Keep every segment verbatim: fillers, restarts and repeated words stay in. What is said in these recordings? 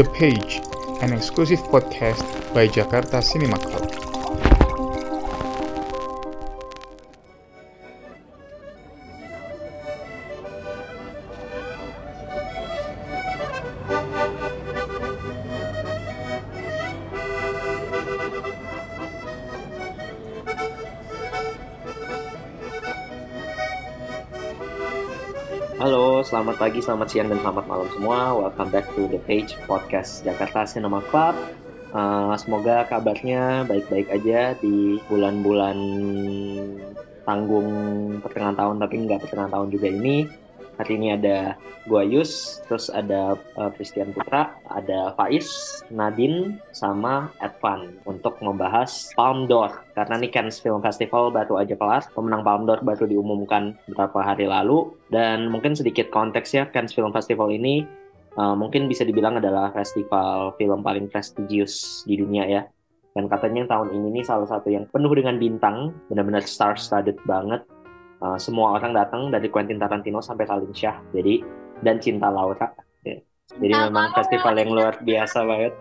The Page, an exclusive podcast by Jakarta Cinema Club. Halo, selamat pagi, selamat siang, dan selamat malam semua. Welcome back to The Page, podcast Jakarta Cinema Club. Uh, semoga kabarnya baik-baik aja di bulan-bulan tanggung pertengahan tahun, tapi nggak pertengahan tahun juga ini. Hari ini ada gua Yus, terus ada uh, Christian Putra, ada Faiz, Nadine, sama Advan untuk membahas Palme d'Or. Karena nih Cannes Film Festival baru aja kelar, pemenang Palme d'Or baru diumumkan beberapa hari lalu. Dan mungkin sedikit konteks ya, Cannes Film Festival ini uh, mungkin bisa dibilang adalah festival film paling prestigious di dunia ya. Dan katanya tahun ini nih salah satu yang penuh dengan bintang, benar-benar star-studded banget. Uh, semua orang datang dari Quentin Tarantino sampai Raline Shah, jadi dan Cinta Laura. Ya. Jadi Cinta memang Laura. festival yang luar biasa banget.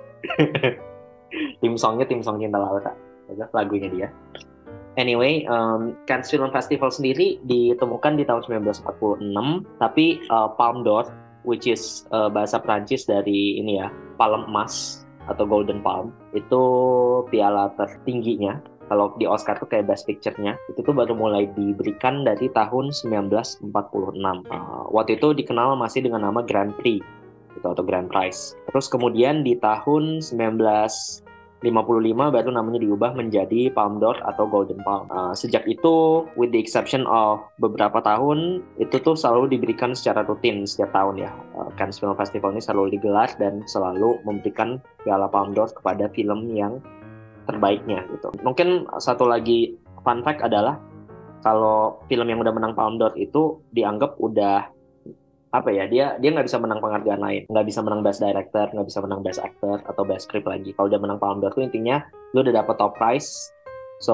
Tim songnya tim song Cinta Laura, itu lagunya dia. Anyway, um, Cannes Film Festival sendiri ditemukan di tahun sembilan belas empat puluh enam, tapi uh, Palme d'Or, which is uh, bahasa Prancis dari ini ya, palem emas atau Golden Palm, itu piala tertingginya. Kalau di Oscar tuh kayak Best Picture-nya, itu tuh baru mulai diberikan dari tahun sembilan belas empat puluh enam. Uh, waktu itu dikenal masih dengan nama Grand Prix, gitu, atau Grand Prize. Terus kemudian di tahun sembilan belas lima puluh lima baru namanya diubah menjadi Palme d'Or atau Golden Palm. Uh, sejak itu, with the exception of beberapa tahun, itu tuh selalu diberikan secara rutin setiap tahun ya. Uh, Cannes Film Festival ini selalu digelar dan selalu memberikan piala Palme d'Or kepada film yang terbaiknya gitu. Mungkin satu lagi fun fact adalah kalau film yang udah menang Palme d'Or itu dianggap udah apa ya, dia dia nggak bisa menang penghargaan lain, nggak bisa menang Best Director, nggak bisa menang Best Actor atau Best Script lagi. Kalau udah menang Palme d'Or itu intinya lu udah dapet top prize, so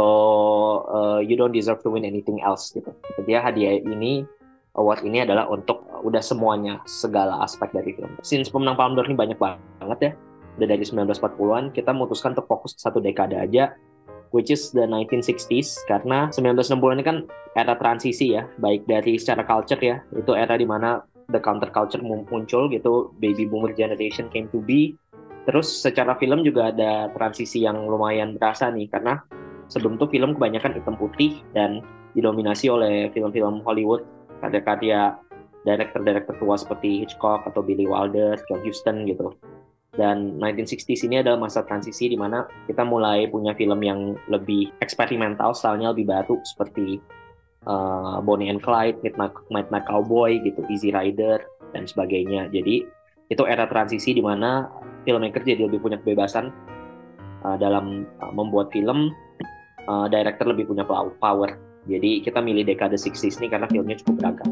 uh, you don't deserve to win anything else gitu. Dia hadiah ini, award ini adalah untuk uh, udah semuanya, segala aspek dari film. Since pemenang Palme d'Or ini banyak banget ya, udah dari sembilan belas empat puluhan, kita memutuskan untuk fokus ke satu dekade aja, which is the nineteen sixties, karena sembilan belas enam puluhan ini kan era transisi ya, baik dari secara culture ya, itu era dimana the counterculture muncul gitu, baby boomer generation came to be. Terus secara film juga ada transisi yang lumayan berasa nih, karena sebelum itu film kebanyakan hitam putih dan didominasi oleh film-film Hollywood, karya-karya director-director tua seperti Hitchcock atau Billy Wilder, John Huston gitu. Dan nineteen sixties ini adalah masa transisi di mana kita mulai punya film yang lebih eksperimental, stylenya lebih baru seperti uh, Bonnie and Clyde, Midnight, Midnight Cowboy gitu, Easy Rider dan sebagainya. Jadi itu era transisi di mana filmmaker jadi lebih punya kebebasan uh, dalam uh, membuat film, uh, director lebih punya power. Jadi kita milih dekade sixties ini karena filmnya cukup beragam.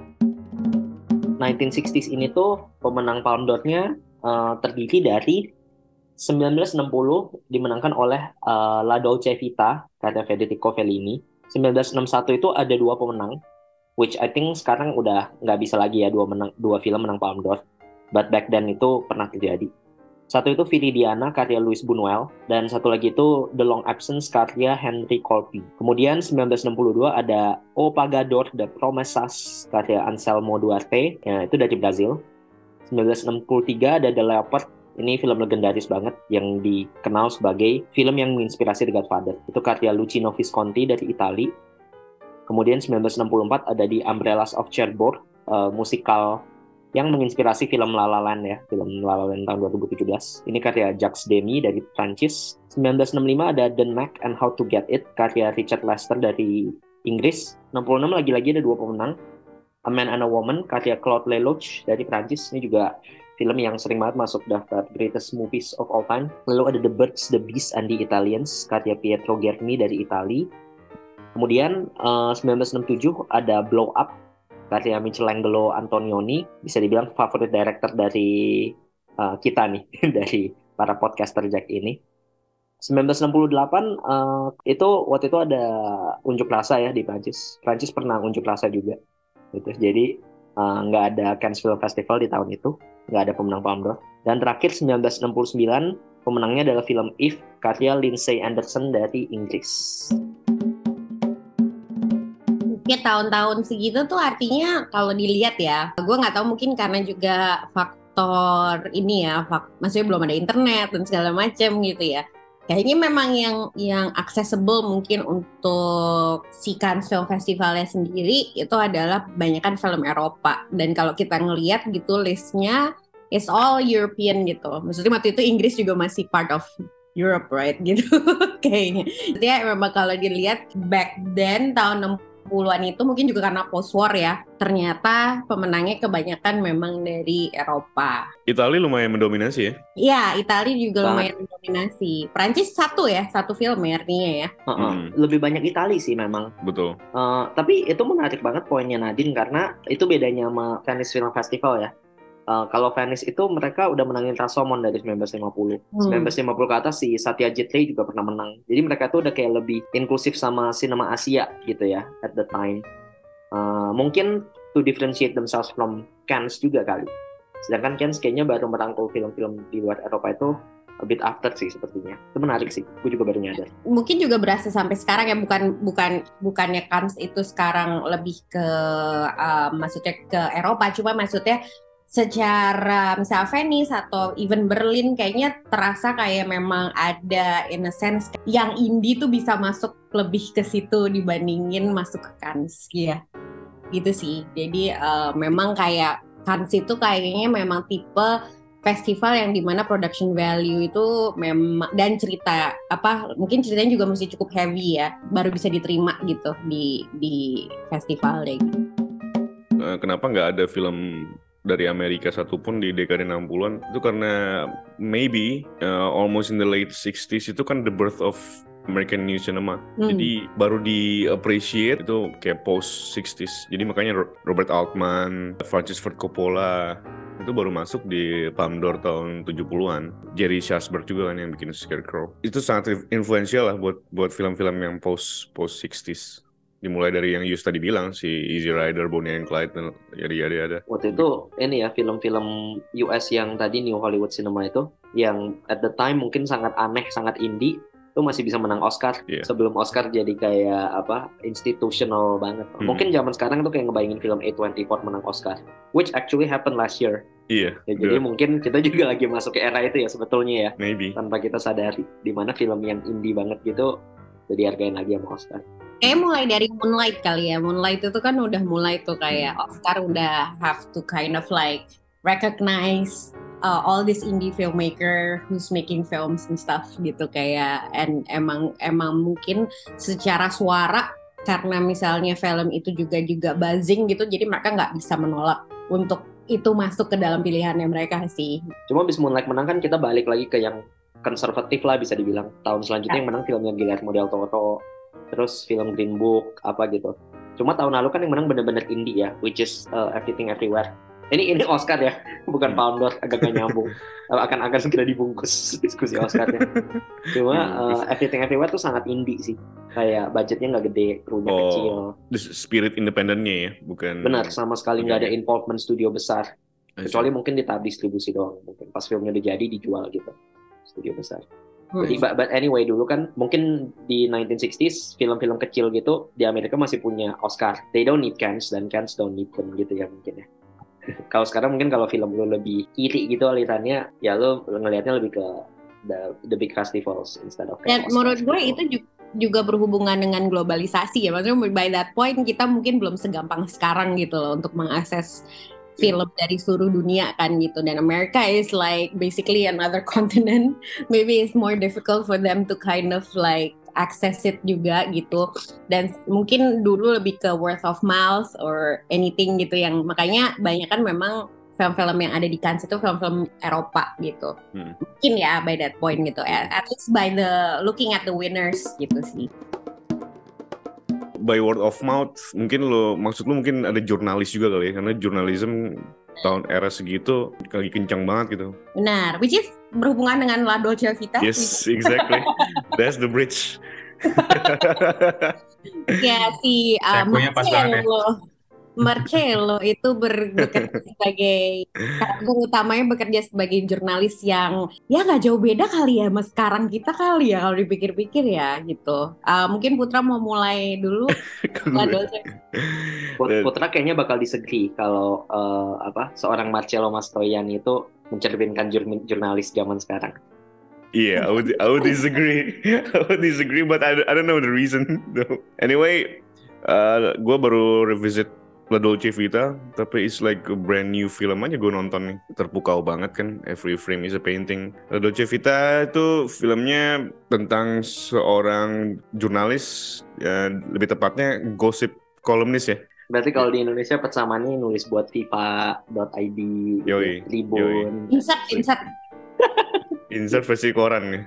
nineteen sixties ini tuh pemenang Palme d'Or-nya Uh, terdiri dari sembilan belas enam puluh dimenangkan oleh uh, La Dolce Vita karya Federico Fellini. sembilan belas enam puluh satu itu ada dua pemenang, which I think sekarang udah nggak bisa lagi ya dua menang dua film menang Palme d'Or, but back then itu pernah terjadi. Satu itu Viridiana karya Luis Buñuel, dan satu lagi itu The Long Absence karya Henry Corpi. Kemudian sembilan belas enam puluh dua ada O Pagador de Promessas karya Anselmo Duarte, ya, itu dari Brazil. sembilan belas enam puluh tiga ada The Leopard, ini film legendaris banget yang dikenal sebagai film yang menginspirasi The Godfather. Itu karya Luchino Visconti dari Italia. Kemudian sembilan belas enam puluh empat ada The Umbrellas of Cherbourg, uh, musikal yang menginspirasi film La La Land ya, film La La Land tahun dua ribu tujuh belas. Ini karya Jacques Demy dari Prancis. sembilan belas enam puluh lima ada The Knack and How to Get It karya Richard Lester dari Inggris. enam puluh enam lagi-lagi ada dua pemenang, A Man and a Woman karya Claude Lelouch dari Prancis. Ini juga film yang sering banget masuk daftar greatest movies of all time. Lalu ada The Birds, The Bees and the Italians karya Pietro Germi dari Italia. Kemudian uh, sembilan belas enam puluh tujuh ada Blow Up karya Michelangelo Antonioni, bisa dibilang favorit director dari uh, kita nih, dari para podcaster Jack ini. sembilan belas enam puluh delapan uh, itu waktu itu ada unjuk rasa ya di Prancis. Prancis pernah unjuk rasa juga gitu. Jadi nggak uh, ada Cannes Film Festival di tahun itu. nggak ada pemenang Palme d'Or. Dan terakhir sembilan belas enam puluh sembilan pemenangnya adalah film If karya Lindsay Anderson dari Inggris. Ya tahun-tahun segitu tuh artinya kalau dilihat ya, gue nggak tahu mungkin karena juga faktor ini ya, fak, maksudnya belum ada internet dan segala macam gitu ya. Kayaknya memang yang yang accessible mungkin untuk si Cannes Film Festivalnya sendiri itu adalah kebanyakan film Eropa. Dan kalau kita ngelihat gitu listnya it's all European gitu. Maksudnya waktu itu Inggris juga masih part of Europe, right? Gitu kayaknya. Jadi memang kalau dilihat back then tahun enam puluhan itu mungkin juga karena post-war ya. Ternyata pemenangnya kebanyakan memang dari Eropa. Italia lumayan mendominasi ya? Iya, Italia juga Banget. lumayan mendominasi. Perancis satu ya, satu film ya artinya ya. Uh-uh. Hmm. Lebih banyak Italia sih memang. Betul. Uh, tapi itu menarik banget poinnya Nadine karena itu bedanya sama Venice Film Festival ya. Uh, kalau Venice itu mereka udah menangin Rashomon dari sembilan belas lima puluh. Hmm. sembilan belas lima puluh ke atas si Satyajit Ray juga pernah menang. Jadi mereka tuh udah kayak lebih inklusif sama sinema Asia gitu ya at the time. Uh, mungkin to differentiate themselves from Cannes juga kali. Sedangkan Cannes kayaknya baru merangkul film-film di luar Eropa itu a bit after sih sepertinya. Itu menarik sih. Gue juga baru nyadar. Mungkin juga berasa sampai sekarang ya, bukan bukan bukannya Cannes itu sekarang lebih ke uh, maksudnya ke Eropa, cuma maksudnya secara misalnya Venice atau even Berlin kayaknya terasa kayak memang ada in a sense yang indie tuh bisa masuk lebih ke situ dibandingin masuk ke Cannes ya gitu sih. Jadi uh, memang kayak Cannes itu kayaknya memang tipe festival yang dimana production value itu memang dan cerita apa mungkin ceritanya juga mesti cukup heavy ya baru bisa diterima gitu di di festival deh. Uh, kenapa nggak ada film dari Amerika satupun di dekade enam puluhan itu karena maybe uh, almost in the late sixties itu kan the birth of American New Cinema. Hmm. Jadi baru di appreciate itu kayak post sixties. Jadi makanya Robert Altman, Francis Ford Coppola itu baru masuk di Palme d'Or tahun tujuh puluhan. Jerry Schasberg juga kan yang bikin Scarecrow. Itu sangat influential lah buat buat film-film yang post post sixties. Dimulai dari yang Yus tadi bilang, si Easy Rider, Bonnie and Clyde, dan yada-yada. Waktu itu, ini ya, film-film U S yang tadi New Hollywood Cinema itu, yang at the time mungkin sangat aneh, sangat indie, itu masih bisa menang Oscar. Yeah. Sebelum Oscar jadi kayak, apa, institutional banget. Hmm. Mungkin zaman sekarang tuh kayak ngebayangin film A twenty-four menang Oscar, which actually happened last year. Iya. Yeah, ya, jadi mungkin kita juga lagi masuk ke era itu ya, sebetulnya ya. Maybe. Tanpa kita sadari, dimana film yang indie banget gitu, jadi hargain lagi sama Oscar. Kayak mulai dari Moonlight kali ya. Moonlight itu kan udah mulai tuh kayak Oscar udah have to kind of like recognize uh, all this indie filmmaker who's making films and stuff gitu kayak and emang emang mungkin secara suara karena misalnya film itu juga juga buzzing gitu jadi mereka nggak bisa menolak untuk itu masuk ke dalam pilihannya mereka sih. Cuma abis Moonlight menang kan kita balik lagi ke yang konservatif lah bisa dibilang. Tahun selanjutnya ya. Yang menang filmnya Guillermo del Toro, terus film Green Book apa gitu. Cuma tahun lalu kan yang menang bener-bener indie ya, which is uh, Everything Everywhere. Ini ini Oscar ya, bukan Palme d'Or, agak gak nyambung. akan akan segera dibungkus diskusi Oscarnya. Cuma uh, Everything Everywhere tuh sangat indie sih, kayak budgetnya nggak gede, krunya oh, kecil. Spirit independennya ya, bukan. Benar, sama sekali nggak okay. Ada involvement studio besar, kecuali mungkin di tahap distribusi doang. Mungkin pas filmnya udah jadi dijual gitu, studio besar. Hmm. Jadi, but, but anyway dulu kan mungkin di nineteen sixties film-film kecil gitu di Amerika masih punya Oscar. They don't need Cannes dan Cannes don't need them gitu ya mungkin ya. Kalau sekarang mungkin kalau film lu lebih kiri gitu alirannya, ya lu ngelihatnya lebih ke the, the big festivals instead of. Dan menurut gue itu juga, juga berhubungan dengan globalisasi ya. Maksudnya by that point kita mungkin belum segampang sekarang gitu loh untuk mengakses film dari seluruh dunia kan gitu, dan America is like basically another continent, maybe it's more difficult for them to kind of like access it juga gitu, dan mungkin dulu lebih ke word of mouth or anything gitu yang makanya banyak kan memang film-film yang ada di Cannes itu film-film Eropa gitu, hmm. mungkin ya by that point gitu, at least by the looking at the winners gitu sih. By word of mouth, mungkin lo maksud lo mungkin ada jurnalis juga kali ya, karena jurnalisme tahun era segitu lagi kencang banget gitu. Benar, which is berhubungan dengan La Dolce Vita. Yes, exactly. That's the bridge. Ya si uh, Mas yang lo Marcello itu ber- bekerja sebagai karakter utamanya bekerja sebagai jurnalis yang ya nggak jauh beda kali ya sama sekarang kita kali ya kalau dipikir-pikir ya gitu. Uh, mungkin Putra mau mulai dulu. Ke gue. Put- Putra kayaknya bakal disegri kalau eh, apa seorang Marcello Mastroianni itu mencerminkan jur- jurnalis zaman sekarang. Yeah, I would I would disagree. I would disagree, but I, I don't know the reason though. Anyway, uh, gue baru revisit La Dolce Vita, tapi it's like a brand new film aja gue nonton nih. Terpukau banget kan, every frame is a painting. La Dolce Vita itu filmnya tentang seorang jurnalis, ya, lebih tepatnya gossip columnist ya. Berarti kalau di Indonesia persamaannya nulis buat viva dot i d, Yoi, Tribun. Insert, insert. Insert versi koran nih.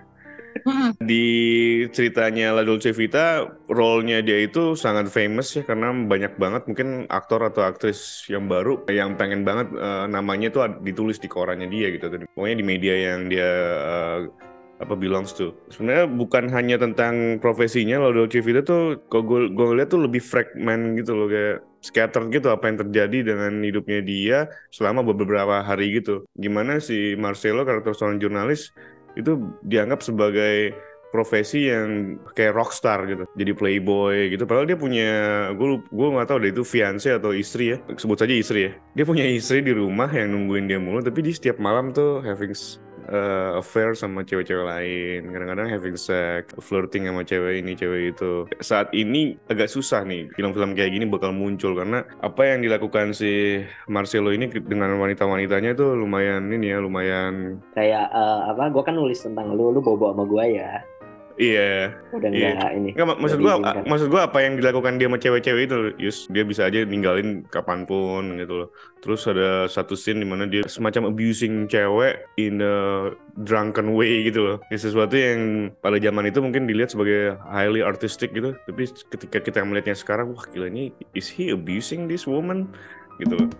Di ceritanya La Dolce Vita, role-nya dia itu sangat famous ya karena banyak banget mungkin aktor atau aktris yang baru yang pengen banget uh, namanya itu ditulis di korannya dia gitu. Pokoknya di media yang dia uh, apa belongs to. Sebenarnya bukan hanya tentang profesinya, La Dolce Vita tuh kalau gue gue lihat tuh lebih fragment gitu loh, kayak scattered gitu apa yang terjadi dengan hidupnya dia selama beberapa hari gitu. Gimana si Marcello, karakter seorang jurnalis, itu dianggap sebagai profesi yang kayak rockstar gitu, jadi playboy gitu. Padahal dia punya, gue gue nggak tahu deh itu fiancé atau istri ya, sebut saja istri ya. Dia punya istri di rumah yang nungguin dia mulu, tapi dia setiap malam tuh having uh, affair sama cewek-cewek lain, kadang-kadang having sex, flirting sama cewek ini cewek itu. Saat ini agak susah nih film-film kayak gini bakal muncul karena apa yang dilakukan si Marcello ini dengan wanita-wanitanya itu lumayan ini ya, lumayan kayak uh, apa? Gue kan nulis tentang lu, lu bobo sama gue ya. Iya. Udah iya. enggak ini. Nggak, maksud gua maksud gua apa yang dilakukan dia sama cewek-cewek itu, Yus, dia bisa aja ninggalin kapanpun gitu loh. Terus ada satu scene di mana dia semacam abusing cewek in a drunken way gitu loh. Ini sesuatu yang pada zaman itu mungkin dilihat sebagai highly artistic gitu, tapi ketika kita melihatnya sekarang, wah gila, ini is he abusing this woman gitu loh.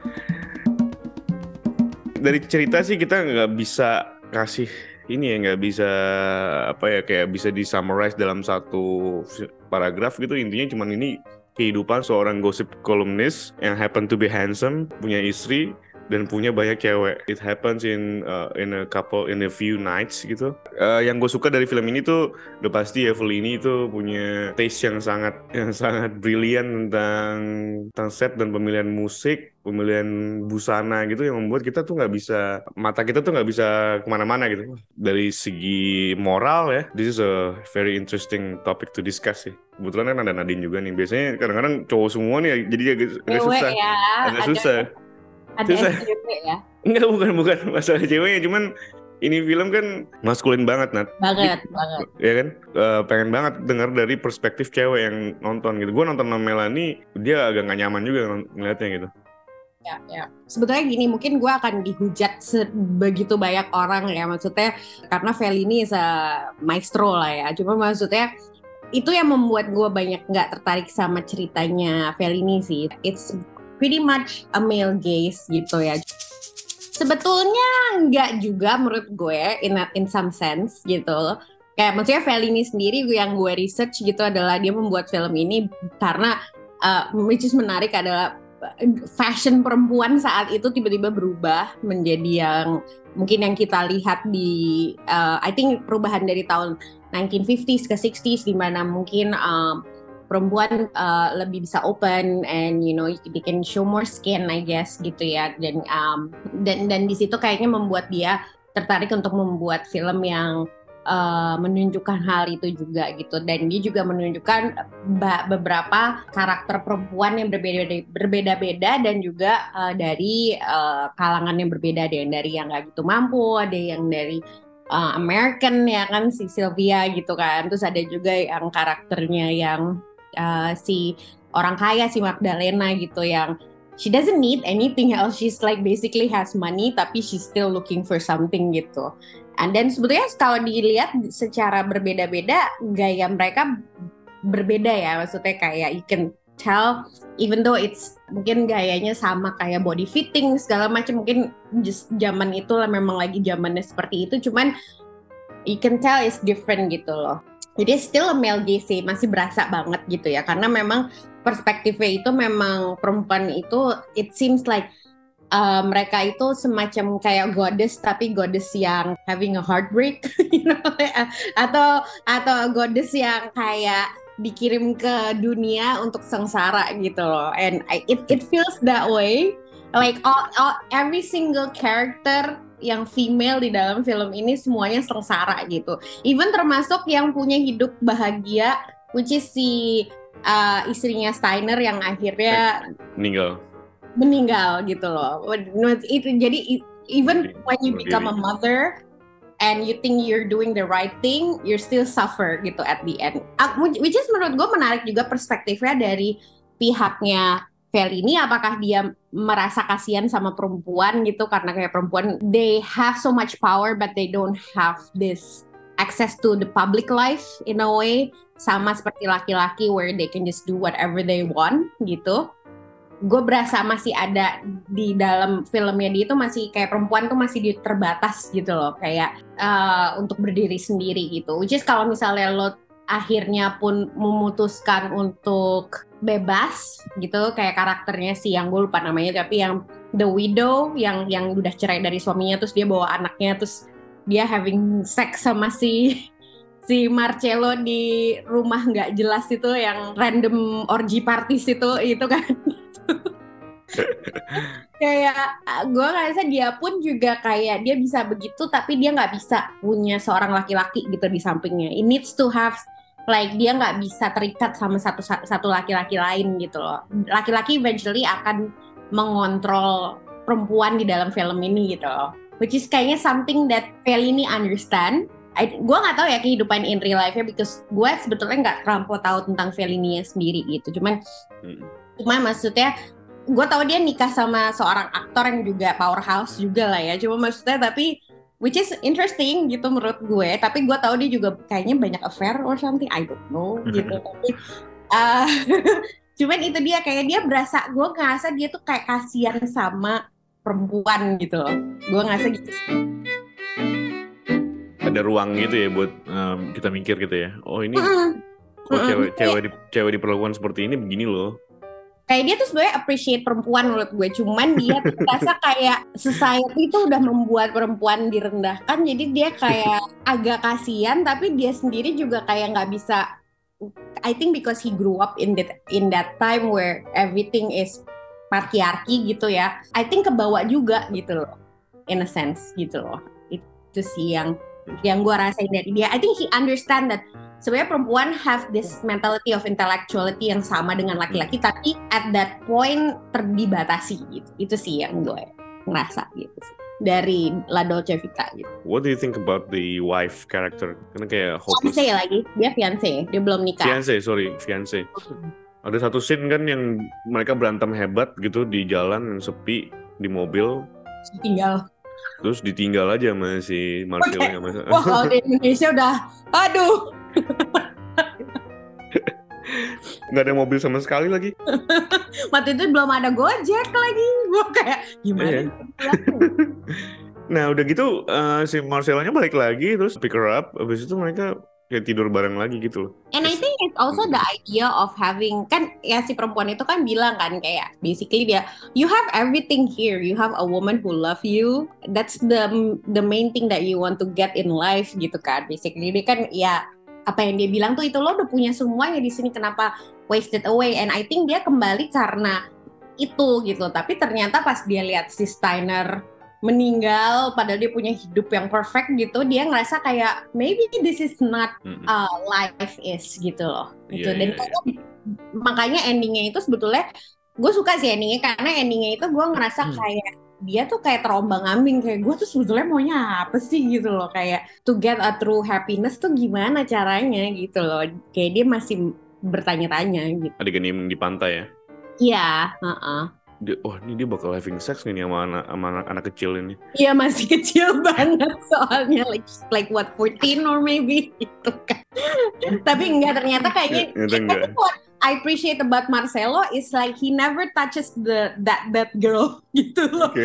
Dari cerita sih kita nggak bisa kasih ini ya, nggak bisa apa ya, kayak bisa disummarize dalam satu paragraf gitu. Intinya cuman ini kehidupan seorang gossip columnist yang happen to be handsome, punya istri dan punya banyak cewek. It happens in uh, in a couple in a few nights gitu. Uh, yang gue suka dari film ini tuh udah pasti ya, Fellini itu punya taste yang sangat yang sangat brilian tentang tentang set dan pemilihan musik, pemilihan busana gitu, yang membuat kita tuh nggak bisa, mata kita tuh nggak bisa kemana-mana gitu. Dari segi moral ya, this is a very interesting topic to discuss sih. Kebetulan kan ada Nadine juga nih. Biasanya kadang-kadang cowok semua nih, jadi agak, agak susah. Ya, agak ada, susah. Ada susah. S J W ya? Enggak, bukan bukan masalah ceweknya, cuman ini film kan maskulin banget, Nat. Banget, Jadi, banget. Ya kan, uh, pengen banget dengar dari perspektif cewek yang nonton gitu. Gue nonton sama Melanie, dia agak gak nyaman juga ngeliatnya gitu. Ya, ya. Sebetulnya gini, mungkin gue akan dihujat sebegitu banyak orang ya, maksudnya karena Fellini is a maestro lah ya. Cuma maksudnya itu yang membuat gue banyak nggak tertarik sama ceritanya Fellini sih. It's pretty much a male gaze gitu ya. Sebetulnya nggak juga menurut gue in in some sense gitu. Kayak maksudnya Fellini sendiri yang gue research gitu adalah dia membuat film ini karena uh, which is menarik adalah fashion perempuan saat itu tiba-tiba berubah menjadi yang mungkin yang kita lihat di uh, I think perubahan dari tahun nineteen fifties ke sixties di mana mungkin um, perempuan uh, lebih bisa open and you know they can show more skin I guess gitu ya, dan um, dan dan di situ kayaknya membuat dia tertarik untuk membuat film yang uh, menunjukkan hal itu juga gitu, dan dia juga menunjukkan ba- beberapa karakter perempuan yang berbeda berbeda-beda dan juga uh, dari uh, kalangan yang berbeda, ada yang dari yang nggak gitu mampu, ada yang dari uh, American ya kan si Sylvia gitu kan, terus ada juga yang karakternya yang Uh, si orang kaya, si Magdalena gitu, yang she doesn't need anything else, she's like basically has money tapi she's still looking for something gitu. And then sebetulnya kalau dilihat secara berbeda-beda gaya mereka berbeda ya, maksudnya kayak you can tell even though it's mungkin gayanya sama kayak body fitting segala macam, mungkin just zaman itu lah memang lagi zamannya seperti itu, cuman you can tell it's different gitu loh. Jadi still a male gaze sih, masih berasa banget gitu ya, karena memang perspektifnya itu memang perempuan itu it seems like uh, mereka itu semacam kayak goddess tapi goddess yang having a heartbreak, you know, atau atau goddess yang kayak dikirim ke dunia untuk sengsara gitu loh. And I, it it feels that way. Like all, all every single character yang female di dalam film ini semuanya sengsara gitu. Even termasuk yang punya hidup bahagia, which is si uh, istrinya Steiner yang akhirnya meninggal. Meninggal gitu loh. Itu jadi even when you become a mother and you think you're doing the right thing, you still suffer gitu at the end. Which is menurut gue menarik juga perspektifnya dari pihaknya Fellini, apakah dia merasa kasihan sama perempuan gitu karena kayak perempuan they have so much power but they don't have this access to the public life in a way, sama seperti laki-laki where they can just do whatever they want gitu. Gue berasa masih ada di dalam filmnya dia itu masih kayak perempuan tuh masih di terbatas gitu loh, kayak uh, untuk berdiri sendiri gitu. Which is kalau misalnya lo akhirnya pun memutuskan untuk bebas gitu, kayak karakternya si yang gue lupa namanya tapi yang the widow yang yang udah cerai dari suaminya terus dia bawa anaknya terus dia having sex sama si si Marcello di rumah nggak jelas itu yang random orgy parties itu itu kan. Kayak gue ngerasa dia pun juga kayak dia bisa begitu tapi dia nggak bisa punya seorang laki-laki gitu di sampingnya. It needs to have like dia nggak bisa terikat sama satu satu laki-laki lain gitu loh. Laki-laki eventually akan mengontrol perempuan di dalam film ini gitu loh. Which is kayaknya something that Fellini understand. Gue nggak tahu ya kehidupan in real life-nya because gue sebetulnya nggak terlampau tahu tentang Fellini sendiri gitu. Cuman, hmm. cuman maksudnya gue tahu dia nikah sama seorang aktor yang juga powerhouse juga lah ya. Cuma maksudnya tapi which is interesting gitu menurut gue. Tapi gue tahu dia juga kayaknya banyak affair or something. I don't know gitu. Tapi uh, cuman itu dia kayak dia berasa gue ngerasa dia tuh kayak kasihan sama perempuan gitu loh. Gue ngerasa gitu. Ada ruang gitu ya buat um, kita mikir gitu ya. Oh ini uh-uh. oh, uh-uh. cewek cewek di, cewek diperlakukan seperti ini begini loh. Kayak dia tuh sebenarnya appreciate perempuan menurut gue, cuman dia tuh rasa kayak society itu udah membuat perempuan direndahkan, jadi dia kayak agak kasihan, tapi dia sendiri juga kayak nggak bisa. I think because he grew up in that in that time where everything is patriarki gitu ya. I think kebawa juga gitu loh, in a sense gitu loh. Itu sih yang yang gue rasain dari dia. I think he understand that sebenarnya perempuan have this mentality of intellectuality yang sama dengan laki-laki, tapi at that point terdibatasi gitu. Itu sih yang gue ngerasa gitu sih dari La Dolce Vita gitu. What do you think about the wife character? Karena kayak hopeless. Fiancé lagi, dia fiancé, dia belum nikah. Fiancé, sorry, fiancé. Ada satu scene kan yang mereka berantem hebat gitu di jalan yang sepi di mobil. Tinggal. Terus ditinggal aja sama si Marcello. Okay. Sama... Wah kalau di Indonesia udah, aduh. Nggak ada mobil sama sekali lagi. Waktu itu belum ada Gojek lagi. Gue kayak gimana? Yeah. Nah udah gitu uh, si Marcello-nya balik lagi terus pick her up. Habis itu mereka kayak tidur bareng lagi gitu loh. And I think it's also the idea of having, kan ya si perempuan itu kan bilang kan kayak basically dia, you have everything here, you have a woman who love you, that's the the main thing that you want to get in life gitu kan. Basically dia kan ya apa yang dia bilang tuh itu lo udah punya semuanya di sini, kenapa waste it away? And I think dia kembali karena itu gitu. Tapi ternyata pas dia lihat si Steiner meninggal padahal dia punya hidup yang perfect gitu, dia ngerasa kayak maybe this is not uh, life is gitu loh gitu. Yeah, dan yeah, yeah. Makanya endingnya itu sebetulnya gue suka sih endingnya, karena endingnya itu gue ngerasa hmm. kayak dia tuh kayak terombang-ambing, kayak gue tuh sebetulnya maunya apa sih gitu loh, kayak to get a true happiness tuh gimana caranya gitu loh, kayak dia masih bertanya-tanya gitu. Adegan yang di pantai ya? Iya, uh-uh. Dia, oh ini dia bakal having sex nih sama anak, sama anak, anak kecil ini. Iya masih kecil banget soalnya, like like what fourteen or maybe gitu kan. Tapi enggak, ternyata kayaknya. Tapi what I appreciate about Marcello is like he never touches the that that girl gitu loh. Okay.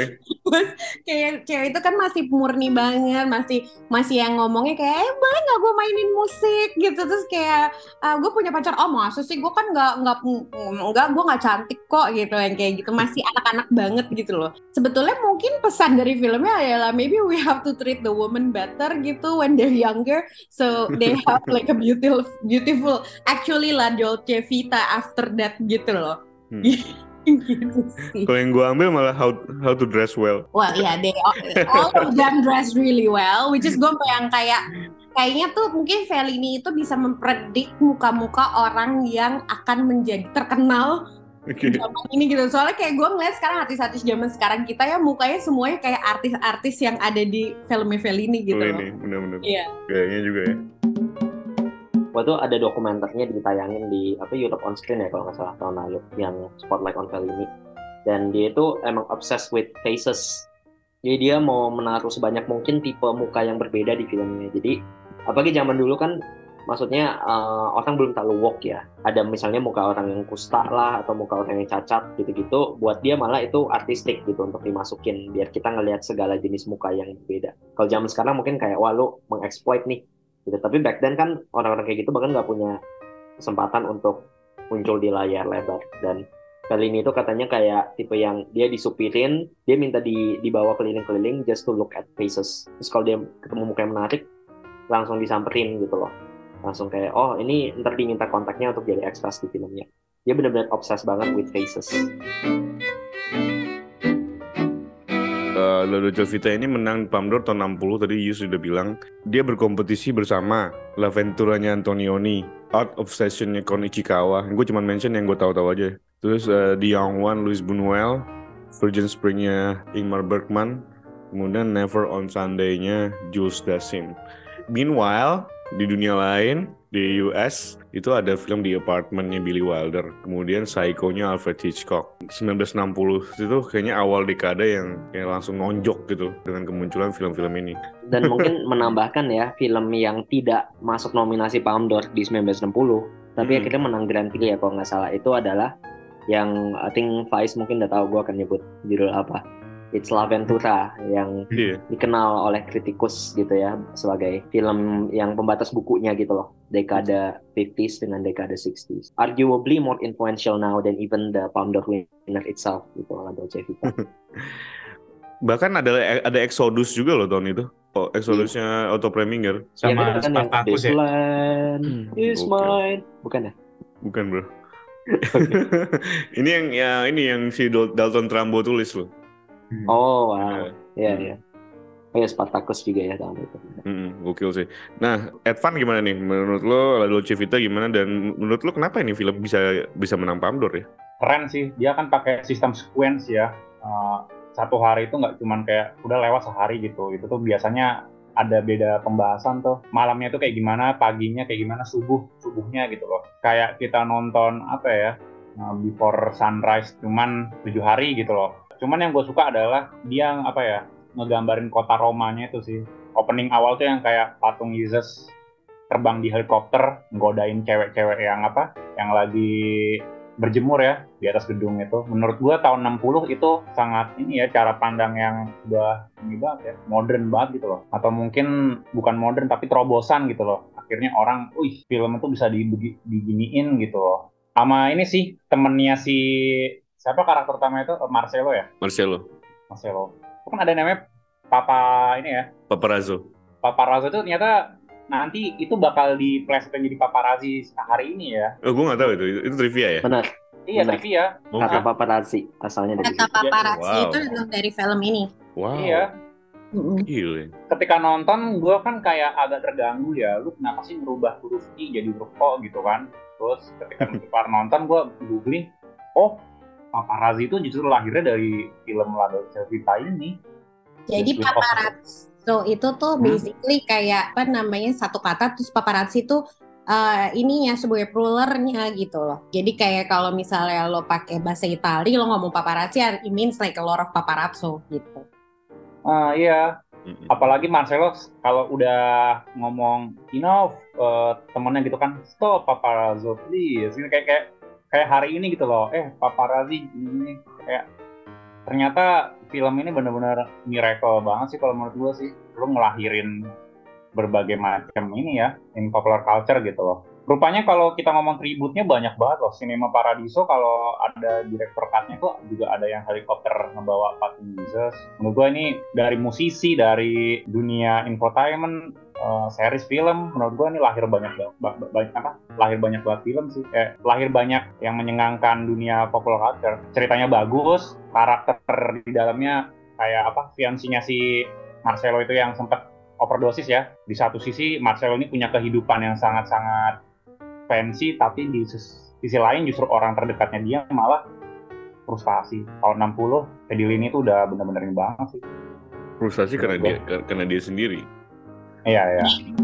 Terus kayak cewek itu kan masih murni banget, masih masih yang ngomongnya kayak eh boleh nggak gue mainin musik gitu. Terus kayak ah, gue punya pacar, oh masa sih gue kan nggak nggak nggak gue nggak cantik kok gitu, yang kayak gitu masih anak-anak banget gitu loh. Sebetulnya mungkin pesan dari filmnya adalah maybe we have to treat the woman better gitu when they're younger, so they have like a beautiful beautiful actually La Dolce Vita after that gitu loh. Hmm. Gitu sih. Kalau yang gue ambil malah how how to dress well. Well, yeah, they all, all of them dress really well, which is gue yang kayak kayaknya tuh mungkin Fellini itu bisa mempredik muka-muka orang yang akan menjadi terkenal Oke. zaman ini gitu. Soalnya kayak gue ngeliat sekarang artis-artis zaman sekarang kita ya mukanya semuanya kayak artis-artis yang ada di filmnya Fellini gitu Oh loh. ini benar-benar. Iya. Kayaknya juga ya. Waktu itu ada dokumenternya ditayangin di apa Europe on Screen ya kalau nggak salah tahun lalu, yang Spotlight on Fellini. Dan dia itu emang obsessed with faces. Jadi dia mau menaruh sebanyak mungkin tipe muka yang berbeda di filmnya. Jadi apalagi zaman dulu kan, maksudnya uh, orang belum terlalu woke ya. Ada misalnya muka orang yang kusta lah atau muka orang yang cacat gitu-gitu. Buat dia malah itu artistik gitu untuk dimasukin biar kita ngelihat segala jenis muka yang berbeda. Kalau zaman sekarang mungkin kayak wah lu mengeksploit nih. Gitu. Tapi back then kan orang-orang kayak gitu bahkan nggak punya kesempatan untuk muncul di layar lebar. Dan Fellini itu katanya kayak tipe yang dia disupirin, dia minta di, dibawa keliling-keliling just to look at faces. Terus kalau dia ketemu muka yang menarik, langsung disamperin gitu loh. Langsung kayak, oh ini ntar diminta kontaknya untuk jadi extras di filmnya. Dia benar-benar obses banget with faces. Uh, La Dolce Vita ini menang Palme d'Or tahun enam puluh, tadi Yus sudah bilang. Dia berkompetisi bersama L'Avventuranya Antonioni, Art of Session-nya Kon Ichikawa. Gue cuma mention yang gue tahu-tahu aja. Terus uh, The Young One, Luis Buñuel, Virgin Spring-nya Ingmar Bergman, kemudian Never on Sunday-nya Jules Dassin. Meanwhile, di dunia lain, di U S, itu ada film The Apartment-nya Billy Wilder, kemudian Psycho-nya Alfred Hitchcock. sembilan belas enam puluh itu kayaknya awal dekade yang kayak langsung nonjok gitu dengan kemunculan film-film ini. Dan mungkin menambahkan ya, film yang tidak masuk nominasi Palme d'Or di sembilan belas enam puluh, tapi Hmm. akhirnya menang Grand Prix ya kalau nggak salah, itu adalah yang I think Faiz mungkin udah tahu gue akan nyebut judul apa. It's L'Avventura, yang Iya. dikenal oleh kritikus gitu ya sebagai film yang pembatas bukunya gitu loh, dekade fifties dengan dekade sixties. Arguably more influential now than even the Palme d'Or winner itself gitu, La Dolce Vita. Bahkan ada ada Exodus juga loh tahun itu. Oh, Exodusnya Otto Preminger. Ya Sama kan yang Spartacus This ya. Land is Oke. mine, bukan ya? Bukan bro. Ini yang ya ini yang si Dal- Dalton Trumbo tulis loh. Oh wow, Ya. ya ya. Oh ya, Spartacus juga ya tahun itu. Mm, gokil sih. Nah, Edvan gimana nih? Menurut lo La Dolce Vita gimana, dan menurut lo kenapa ini film bisa bisa menang Palme d'Or ya? Keren sih, dia kan pakai sistem sequence ya. Uh, satu hari itu nggak cuman kayak udah lewat sehari gitu. Itu tuh biasanya ada beda pembahasan tuh. Malamnya tuh kayak gimana, paginya kayak gimana, subuh subuhnya gitu loh. Kayak kita nonton apa ya, uh, Before Sunrise cuman tujuh hari gitu loh. Cuman yang gue suka adalah dia apa ya, ngegambarin kota Romanya itu sih. Opening awal tuh yang kayak patung Yesus terbang di helikopter, nggodain cewek-cewek yang apa, yang lagi berjemur ya di atas gedung itu. Menurut gue tahun enam puluh itu sangat ini ya, cara pandang yang udah ini banget ya, modern banget gitu loh. Atau mungkin bukan modern tapi terobosan gitu loh. Akhirnya orang, wih film itu bisa diginiin gitu loh. Sama ini sih temennya si siapa karakter utama itu, Marcelo ya? Marcelo. Marcelo. Itu kan ada namanya Papa ini ya. Paparazzo. Paparazzo itu ternyata nanti itu bakal diplesetin jadi paparazzi hari ini ya. Oh, gue nggak tahu itu. Itu trivia ya? Benar. Iya, Benar. trivia. Oke. Kata paparazzi asalnya dari Kata situ. paparazzi Wow. itu dari film ini. Wow. Iya. Mm-mm. Gila. Ketika nonton, gue kan kayak agak terganggu ya. Lu kenapa sih merubah huruf I jadi huruf O gitu kan? Terus ketika keluar nonton, gue googling, oh paparazzi itu justru lahirnya dari film La Dolce Vita ini. Jadi With paparazzo itu tuh Hmm. basically kayak apa namanya, satu kata, terus paparazzi itu uh, ininya sebagai pluralnya gitu loh. Jadi kayak kalau misalnya lo pakai bahasa Itali lo ngomong paparazzi, it means like a lot of paparazzo gitu. Ah iya. Mm-mm. Apalagi Marcelo kalau udah ngomong, you know, uh, temennya gitu kan, stop paparazzo please. Ini kayak kayak kayak hari ini gitu loh. Eh paparazzi ini kayak ternyata film ini benar-benar miracle banget sih kalau menurut gue sih. Lu ngelahirin berbagai macam ini ya, in popular culture gitu loh. Rupanya kalau kita ngomong tributnya banyak banget loh. Cinema Paradiso kalau ada director cut-nya tuh juga ada yang helikopter ngebawa patung Jesus. Menurut gue ini dari musisi, dari dunia infotainment, uh, series film, menurut gue ini lahir banyak banget, banyak apa? Lahir banyak banget film sih. Eh, lahir banyak yang menyengangkan dunia popular culture. Ceritanya bagus, karakter di dalamnya kayak apa? Fiansinya si Marcelo itu yang sempat overdosis ya. Di satu sisi Marcelo ini punya kehidupan yang sangat-sangat fancy, tapi di sisi lain justru orang terdekatnya dia malah frustasi. Tahun enam puluh, Fedilini itu udah bener-bener ini banget sih. Frustasi karena dia karena dia sendiri. Iya, iya.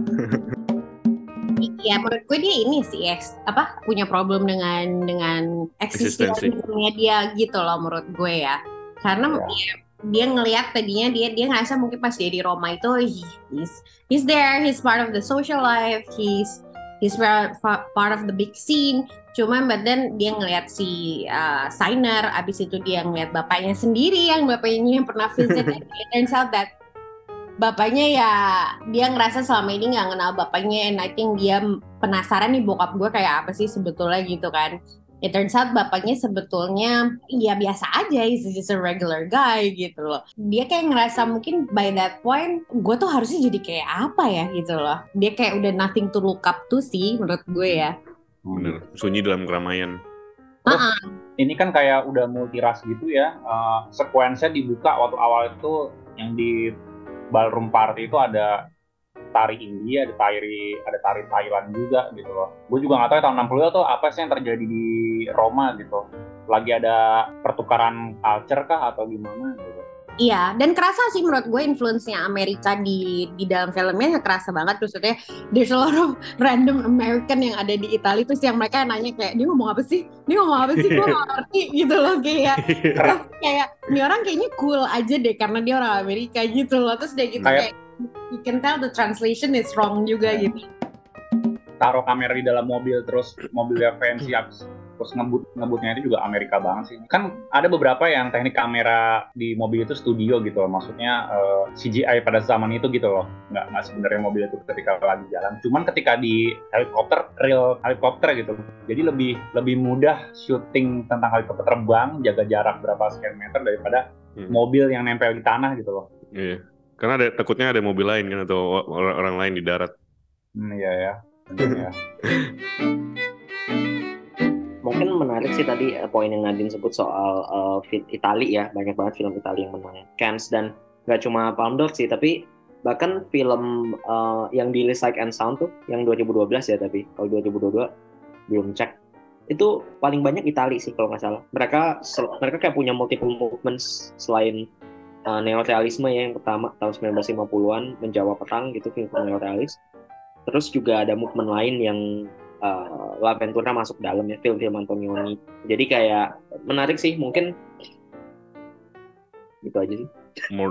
Iya, menurut gue dia ini sih ex, apa punya problem dengan dengan eksistensinya dia gitu loh menurut gue ya. Karena Ya. dia, dia ngelihat tadinya dia dia ngerasa mungkin pas dia di Roma itu he, he's he's there, he's part of the social life, he's he's part of the big scene. Cuman but then dia ngelihat si uh, Signer, abis itu dia ngelihat bapaknya sendiri yang bapaknya yang pernah visit. It turns out that bapaknya ya dia ngerasa selama ini nggak kenal bapaknya, and I think dia penasaran nih bokap gue kayak apa sih sebetulnya gitu kan. It turns out bapaknya sebetulnya ya biasa aja, he's just a regular guy gitu loh. Dia kayak ngerasa mungkin by that point gue tuh harusnya jadi kayak apa ya gitu loh. Dia kayak udah nothing to look up to sih menurut gue ya. Bener, sunyi dalam keramaian. Terus ini kan kayak udah multiras gitu ya. Uh, sekuensnya dibuka waktu awal itu yang di ballroom party itu ada tari India, ada tari ada tari Thailand juga gitu loh. Gue juga nggak tahu ya, tahun enam puluh tuh apa sih yang terjadi di Roma gitu. Lagi ada pertukaran culture kah atau gimana gitu. Iya, dan kerasa sih menurut gue influence-nya Amerika di di dalam filmnya kerasa banget. Maksudnya there's a lot of random American yang ada di Italia terus yang mereka nanya kayak dia ngomong apa sih? Dia ngomong apa sih? Gue gak ngerti gitu loh kayak kayak ini orang kayaknya cool aja deh karena dia orang Amerika gitu loh. Terus dia gitu kayak, kayak you can tell the translation is wrong juga gitu. Taruh kamera di dalam mobil terus mobilnya fancy abis terus ngebut ngebutnya itu juga Amerika banget sih. Kan ada beberapa yang teknik kamera di mobil itu studio gitu loh. Maksudnya uh, C G I pada zaman itu gitu loh. Nggak, nggak sebenarnya mobil itu ketika lagi jalan. Cuman ketika di helikopter, real helikopter gitu. Jadi lebih lebih mudah syuting tentang helikopter terbang, jaga jarak berapa sekian meter daripada hmm. mobil yang nempel di tanah gitu loh. Iya. Karena ada, takutnya ada mobil lain kan atau orang, orang lain di darat. Hmm, iya ya. Iya. Mungkin menarik sih tadi uh, poin yang Nadine sebut soal uh, fit Itali ya, banyak banget film Itali yang menang Cannes, dan nggak cuma Palme d'Or sih, tapi bahkan film uh, yang di list Sight and Sound tuh yang dua ribu dua belas ya, tapi kalau dua ribu dua puluh dua belum cek, itu paling banyak Itali sih kalau nggak salah. Mereka sel- mereka kayak punya multiple movements selain uh, neorealisme ya, yang pertama tahun sembilan belas lima puluhan Menjawab Petang gitu, film neorealis. Terus juga ada movement lain yang Uh, La Ventura masuk dalam ya, film-film Antonioni. Jadi kayak menarik sih, mungkin itu aja sih. More.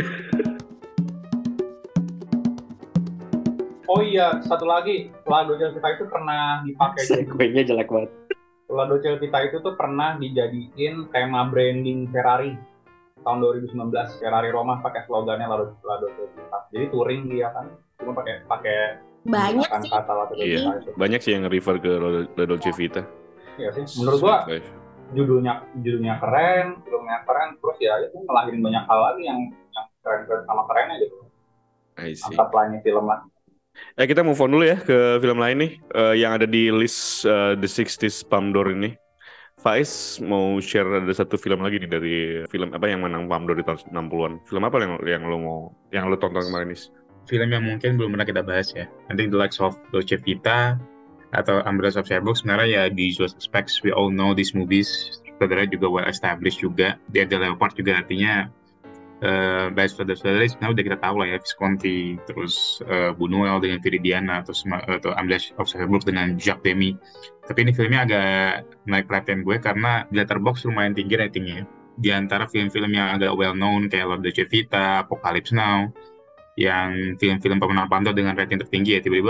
Oh iya, satu lagi, La Dolce Vita itu pernah dipakai. Sequenya jelek banget. La Dolce Vita itu tuh pernah dijadiin tema branding Ferrari tahun dua ribu sembilan belas. Ferrari Roma pakai slogannya La Dolce Vita. Jadi touring dia kan, cuma pakai pakai banyak sih. Kata iya, banyak sih yang refer ke La Dolce Vita. Iya sih, menurut gua judulnya judulnya keren, filmnya keren, terus ya itu ngelahirin banyak hal lagi yang yang keren-keren sama kerennya gitu. Mantap lah ini film lah. Eh kita move on dulu ya ke film lain nih uh, yang ada di list uh, The sixties Palme d'Or ini. Faiz mau share ada satu film lagi nih dari film apa yang menang Palme d'Or di tahun enam puluhan. Film apa yang yang lo mau yang lo tonton kemarin nih? Film yang mungkin belum pernah kita bahas ya. Nanti The Likes of Dolce Vita atau Umbrellas of Cherbourg sebenarnya ya di usual suspects, we all know these movies. Sebenarnya juga well established juga. Di The Leopard juga artinya uh, Best for the Flawless sebenarnya udah kita tahu lah ya, Visconti, terus uh, Buñuel dengan Viridiana, atau, atau Umbrellas of Cherbourg dengan Jacques Demy. Tapi ini filmnya agak naik perhatian gue karena di Letterboxd lumayan tinggi ratingnya. Di antara film-film yang agak well known kayak La Dolce Vita, Apocalypse Now, yang film-film pemenang Palme d'Or dengan rating tertinggi ya, tiba-tiba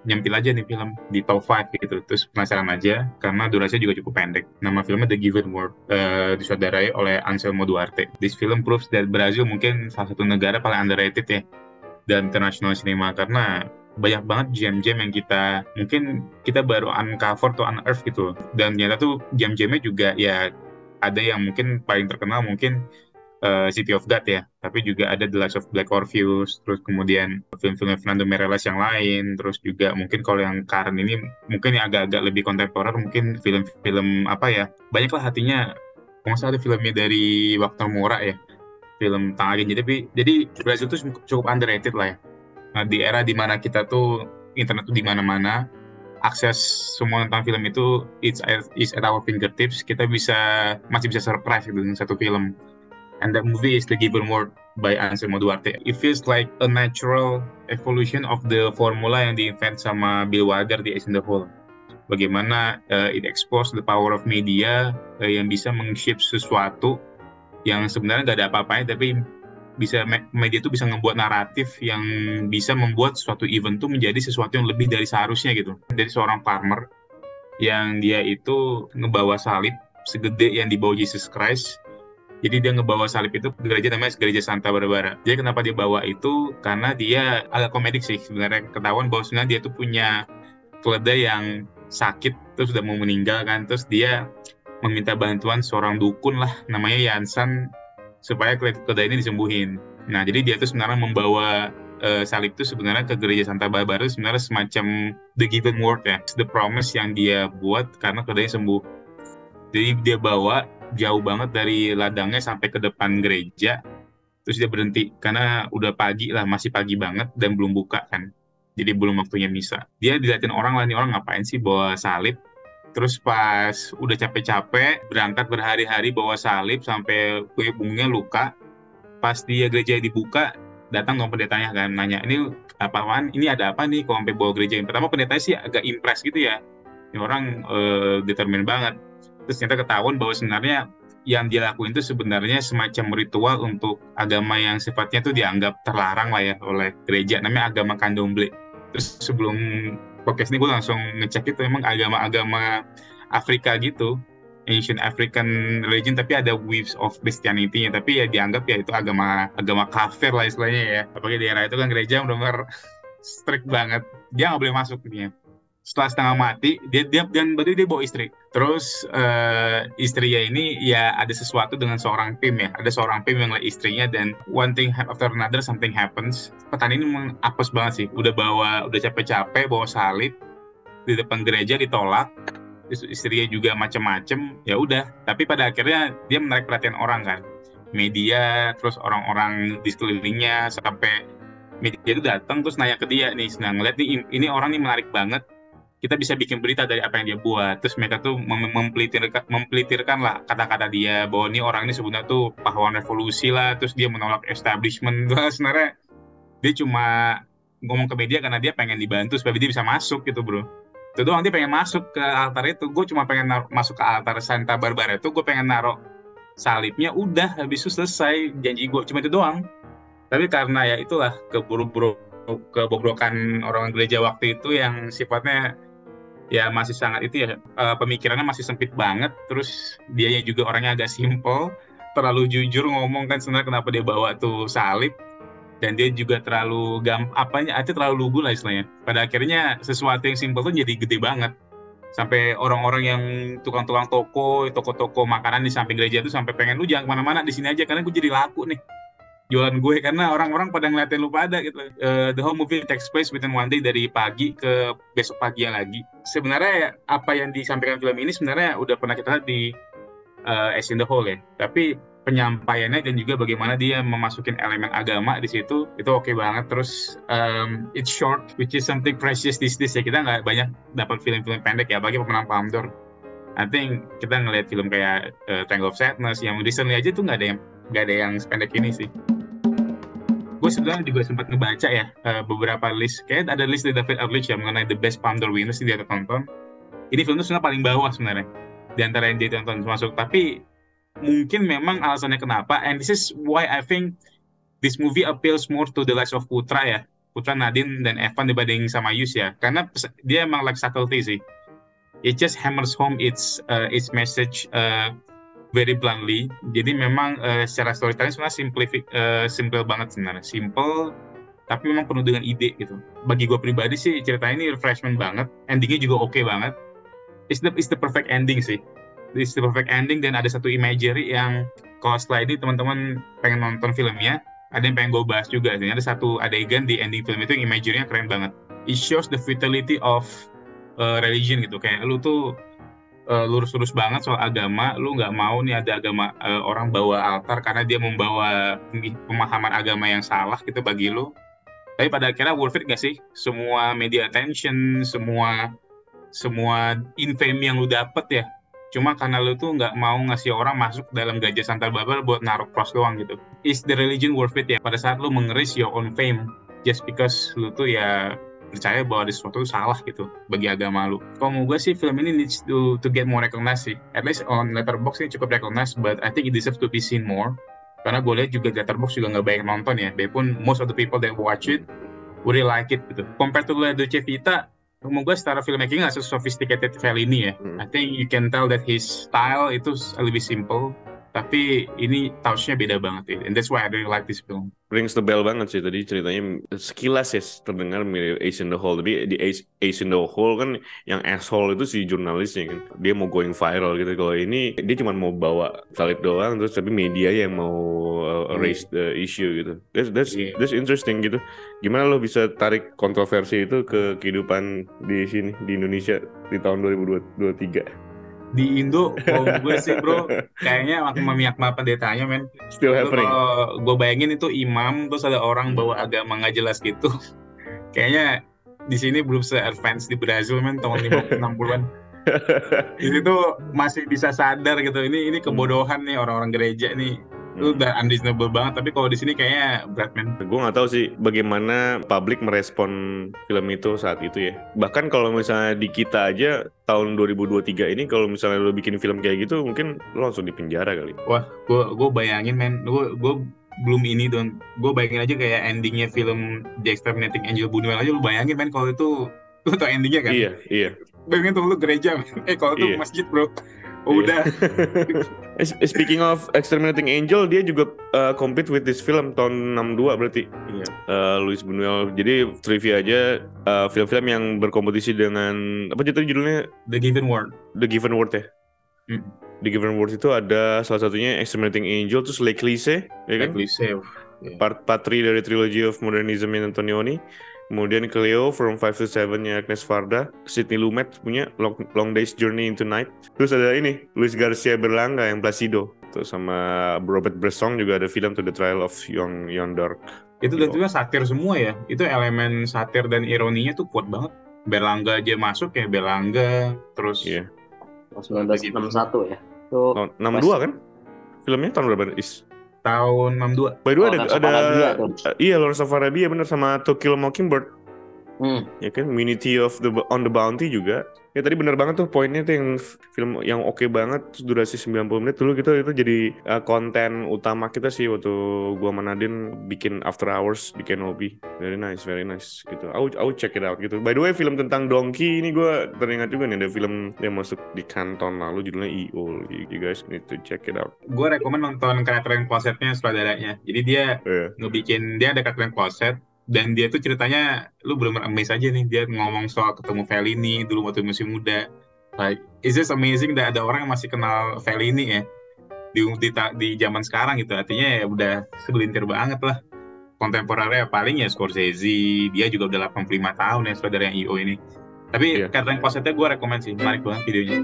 nyempil aja nih film di top lima gitu. Terus penasaran aja karena durasinya juga cukup pendek. Nama filmnya The Given Word, uh, disutradarai oleh Anselmo Duarte. This film proves that Brazil mungkin salah satu negara paling underrated ya dalam international cinema, karena banyak banget gem-gem yang kita mungkin kita baru uncover atau unearth gitu. Dan ternyata tuh gem-gemnya juga ya ada yang mungkin paling terkenal mungkin uh, City of God ya, tapi juga ada The Last of Black Orpheus, terus kemudian film-film Fernando Meirelles yang lain, terus juga mungkin kalau yang current ini mungkin yang agak-agak lebih kontemporer mungkin film-film apa ya, banyaklah hatinya, kalau nggak salah ada filmnya dari Wagner Moura ya, film tentang agen. Jadi jadi Brazil tuh cukup underrated lah ya. Nah, di era dimana kita tuh internet tuh di mana-mana, akses semua tentang film itu it's at, is at our fingertips, kita bisa masih bisa surprise gitu dengan satu film. And that movie is The Given Word by Anselmo Duarte. It feels like a natural evolution of the formula yang di-invent sama Bill Wager di Ace in the Hole. Bagaimana uh, it expose the power of media uh, yang bisa meng-shape sesuatu yang sebenarnya nggak ada apa-apanya, tapi bisa media itu bisa ngebuat naratif yang bisa membuat suatu event itu menjadi sesuatu yang lebih dari seharusnya gitu. Dari seorang farmer yang dia itu ngebawa salib segede yang dibawa Jesus Christ. Jadi dia ngebawa salib itu ke gereja namanya gereja Santa Barbara. Jadi kenapa dia bawa itu? Karena dia agak komedik sih sebenarnya, ketahuan bahwa sebenarnya dia tuh punya keledai yang sakit terus udah mau meninggal kan, terus dia meminta bantuan seorang dukun lah namanya Yansan supaya keledai ini disembuhin. Nah, jadi dia tuh sebenarnya membawa uh, salib itu sebenarnya ke gereja Santa Barbara sebenarnya semacam the given word ya, the promise yang dia buat karena keledainya sembuh. Jadi dia bawa jauh banget dari ladangnya sampai ke depan gereja, terus dia berhenti karena udah pagi lah, masih pagi banget dan belum buka kan. Jadi belum waktunya misa. Dia dilihatin orang lah, nih orang ngapain sih bawa salib? Terus pas udah capek-capek, berangkat berhari-hari bawa salib sampai punggungnya luka. Pas dia gereja dibuka, datang dong pendetanya kan, nanya, ini apaan? Ini ada apa nih kalau sampai bawa gereja? Pertama pendetanya sih agak impress gitu ya. Ini orang uh, determine banget. Terus ternyata ketahuan bahwa sebenarnya yang dia lakuin itu sebenarnya semacam ritual untuk agama yang sifatnya itu dianggap terlarang lah ya oleh gereja. Namanya agama Candomblé. Terus sebelum podcast ini gue langsung ngecek itu memang agama-agama Afrika gitu, ancient African religion, tapi ada waves of Christianity-nya, tapi ya dianggap ya itu agama agama kafir lah istilahnya ya. Apalagi di era itu kan gereja benar-benar strict banget, dia nggak boleh masuk dia. Setelah setengah mati, dia dia dan berarti dia bawa istri. Terus uh, istrinya ini ya ada sesuatu dengan seorang tim ya, ada seorang tim yang lihat istrinya dan one thing after another something happens. Petani ini memang apes banget sih, udah bawa udah capek-capek bawa salib di depan gereja ditolak. Terus istrinya juga macem-macem, ya udah. Tapi pada akhirnya dia menarik perhatian orang kan, media, terus orang-orang di sekelilingnya, sampai media itu datang terus nanya ke dia nih, senang ngeliat nih ini orang nih menarik banget. Kita bisa bikin berita dari apa yang dia buat. Terus mereka tuh mem- mempelitirkan, mempelitirkan lah kata-kata dia bahwa ini orang ini sebenarnya tuh pahlawan revolusi lah, terus dia menolak establishment. Sebenarnya dia cuma ngomong ke media karena dia pengen dibantu supaya dia bisa masuk gitu bro. Itu doang, dia pengen masuk ke altar itu. Gue cuma pengen nar- masuk ke altar Santa Barbara itu, gue pengen naruh salibnya, udah habis itu selesai janji gue, cuma itu doang. Tapi karena ya itulah keburu-buru kebobrokan orang gereja waktu itu yang sifatnya ya masih sangat itu ya, uh, pemikirannya masih sempit banget, terus dianya juga orangnya agak simple, terlalu jujur ngomong kan sebenarnya kenapa dia bawa tuh salib, dan dia juga terlalu gam apanya aja terlalu lugu lah istilahnya. Pada akhirnya sesuatu yang simple tuh jadi gede banget, sampai orang-orang yang tukang-tukang toko toko-toko makanan di samping gereja itu sampai pengen lu jangan kemana-mana, di sini aja karena gue jadi laku nih jualan gue, karena orang-orang pada ngeliatin lu pada gitu. Uh, the whole movie takes place within one day, dari pagi ke besok pagi yang lagi. Sebenarnya apa yang disampaikan film ini sebenarnya udah pernah kita lihat di uh, Ace in the Hole ya, tapi penyampaiannya dan juga bagaimana dia memasukin elemen agama di situ itu oke okay banget. Terus um, it's short, which is something precious these days ya. Kita nggak banyak dapat film-film pendek ya, bagi pemenang Palme d'Or. I think kita ngelihat film kayak uh, Triangle of Sadness yang recently aja tuh nggak ada yang nggak ada yang sependek ini sih. Gue sebenarnya juga sempat ngebaca ya uh, beberapa list, kayak ada list dari David Outridge ya mengenai the best Palme d'Or winners yang dia tonton. Ini film itu sebenarnya paling bawah sebenarnya di antara yang dia tonton masuk, tapi mungkin memang alasannya kenapa, and this is why I think this movie appeals more to The Last of Putra ya, Putra, Nadine, dan Evan dibanding sama Yus ya. Karena pes- dia emang like subtlety sih. It just hammers home its uh, its message uh, very bluntly. Jadi memang uh, secara storytelling sebenarnya simplifi- uh, simple banget sebenarnya. Simple, tapi memang penuh dengan ide gitu. Bagi gue pribadi sih cerita ini refreshment banget. Endingnya juga oke banget. It's the, it's the perfect ending sih. It's the perfect ending dan ada satu imagery yang kalau setelah ini teman-teman pengen nonton filmnya, ada yang pengen gue bahas juga. Jadi ada satu adegan di ending film itu yang imagery-nya keren banget. It shows the futility of uh, religion gitu. Kayak lu tuh uh, lurus-lurus banget soal agama, lu nggak mau nih ada agama uh, orang bawa altar karena dia membawa pemahaman agama yang salah gitu bagi lu. Tapi pada akhirnya worth it gak sih? Semua media attention, semua semua infamy yang lu dapet ya, cuma karena lu tuh nggak mau ngasih orang masuk dalam gajah santal babel buat naruh cross doang gitu. Is the religion worth it ya? Pada saat lu mengeris your own fame just because lu tuh ya percaya bahwa ada sesuatu itu salah gitu bagi agama lu. Kalau mau gue sih film ini needs to to get more recognized sih. At least on Letterboxd ini cukup recognized, but I think it deserves to be seen more. Karena gue lihat juga Letterboxd juga nggak banyak nonton ya. Biarpun most of the people that watch it really like it gitu. Compared to La Dolce Vita, menurut gue secara filmmaking nggak sophisticated Fellini ya. Hmm. I think you can tell that his style itu lebih simple, tapi ini touch-nya beda banget ya. And that's why I really like this film. Rings the bell banget sih tadi ceritanya, sekilas ya terdengar mirip Ace in the Hole, tapi di Ace, Ace in the Hole kan yang asshole itu si jurnalisnya kan, dia mau going viral gitu. Kalau ini dia cuma mau bawa salib doang, terus tapi media yang mau uh, raise the issue gitu. That's that's Yeah. that's interesting gitu. Gimana lo bisa tarik kontroversi itu ke kehidupan di sini di Indonesia di tahun dua ribu dua puluh tiga? Di Indo, kalau gue sih bro, kayaknya memihak sama pendetanya men. Still Itu happening. kalau gue bayangin itu imam, terus ada orang bawa agama nggak jelas gitu. Kayaknya di sini belum se-advance di Brazil men, tahun lima puluh enam puluhan. Di situ masih bisa sadar gitu, ini ini kebodohan nih orang-orang gereja nih. Itu udah unreasonable banget, tapi kalau di sini kayaknya berat men. Gue nggak tahu sih bagaimana publik merespon film itu saat itu ya. Bahkan kalau misalnya di kita aja tahun dua ribu dua puluh tiga ini, kalau misalnya lo bikin film kayak gitu, mungkin lo langsung di penjara kali. Wah, gue gue bayangin men, gue gue belum ini dong. Gue bayangin aja kayak endingnya film The Exterminating Angel Buñuel aja, lu bayangin men kalau itu, lu tau endingnya kan? Iya, iya. Bayangin tuh lu gereja, men. eh kalau itu Iya. masjid bro, udah. Eh, Speaking of Exterminating Angel, dia juga uh, compete with this film tahun enam dua berarti. Iya. Uh, Luis Buñuel. Jadi trivia aja, uh, film-film yang berkompetisi dengan apa jatuh judulnya? The Given Word. The Given Word ya. Hmm. The Given Word itu ada salah satunya Exterminating Angel, terus Le Cliché, ya kan? Cliché. Part part three dari Trilogy of Modernism Antonioni. Kemudian Cleo from five to seven nya Agnes Varda, Sidney Lumet punya Long, Long Day's Journey into Night. Terus ada ini Luis Garcia Berlanga yang Placido. Terus sama Robert Bresson juga ada film To the Trial of Young Young Dark. Itu dan juga satir semua ya. Itu elemen satir dan ironinya tuh kuat banget. Berlanga aja masuk ya, Berlanga. Terus Iya. sembilan belas enam puluh satu ya. Itu Tahun enam dua kan? Filmnya tahun berapa? Is. tahun enam dua. By the way, Oh, ada Lawrence of ada Arabia tuh. uh, iya Lawrence of Arabia bener, sama To Kill a Mockingbird. Hmm. Ya kan, Community of the on the Bounty juga. Ya tadi benar banget tuh poinnya tuh yang f- film yang oke banget, terus durasi sembilan puluh menit dulu gitu, itu jadi uh, konten utama kita sih waktu gua sama Nadine bikin After Hours di Kenobi. Very nice, very nice gitu. I would, I would check it out gitu. By the way, film tentang Donkey ini gua teringat juga nih, ada film yang masuk di kanton lalu judulnya E O. You, you guys need to check it out. Gue rekomen nonton Catherine Closetnya sutradaranya. Jadi dia Yeah. ngebikin, dia ada Catherine Closet, dan dia tuh ceritanya lu belum amazed aja nih, dia ngomong soal ketemu Fellini dulu waktu masih muda. Like, it's just amazing that ada orang yang masih kenal Fellini ya di di, di zaman sekarang gitu. Artinya ya udah segelintir banget lah. Kontemporernya paling ya Scorsese, dia juga udah delapan puluh lima tahun ya saudara yang E O ini. Tapi Iya. Catherine Closetnya gue rekomen sih, menarik banget videonya.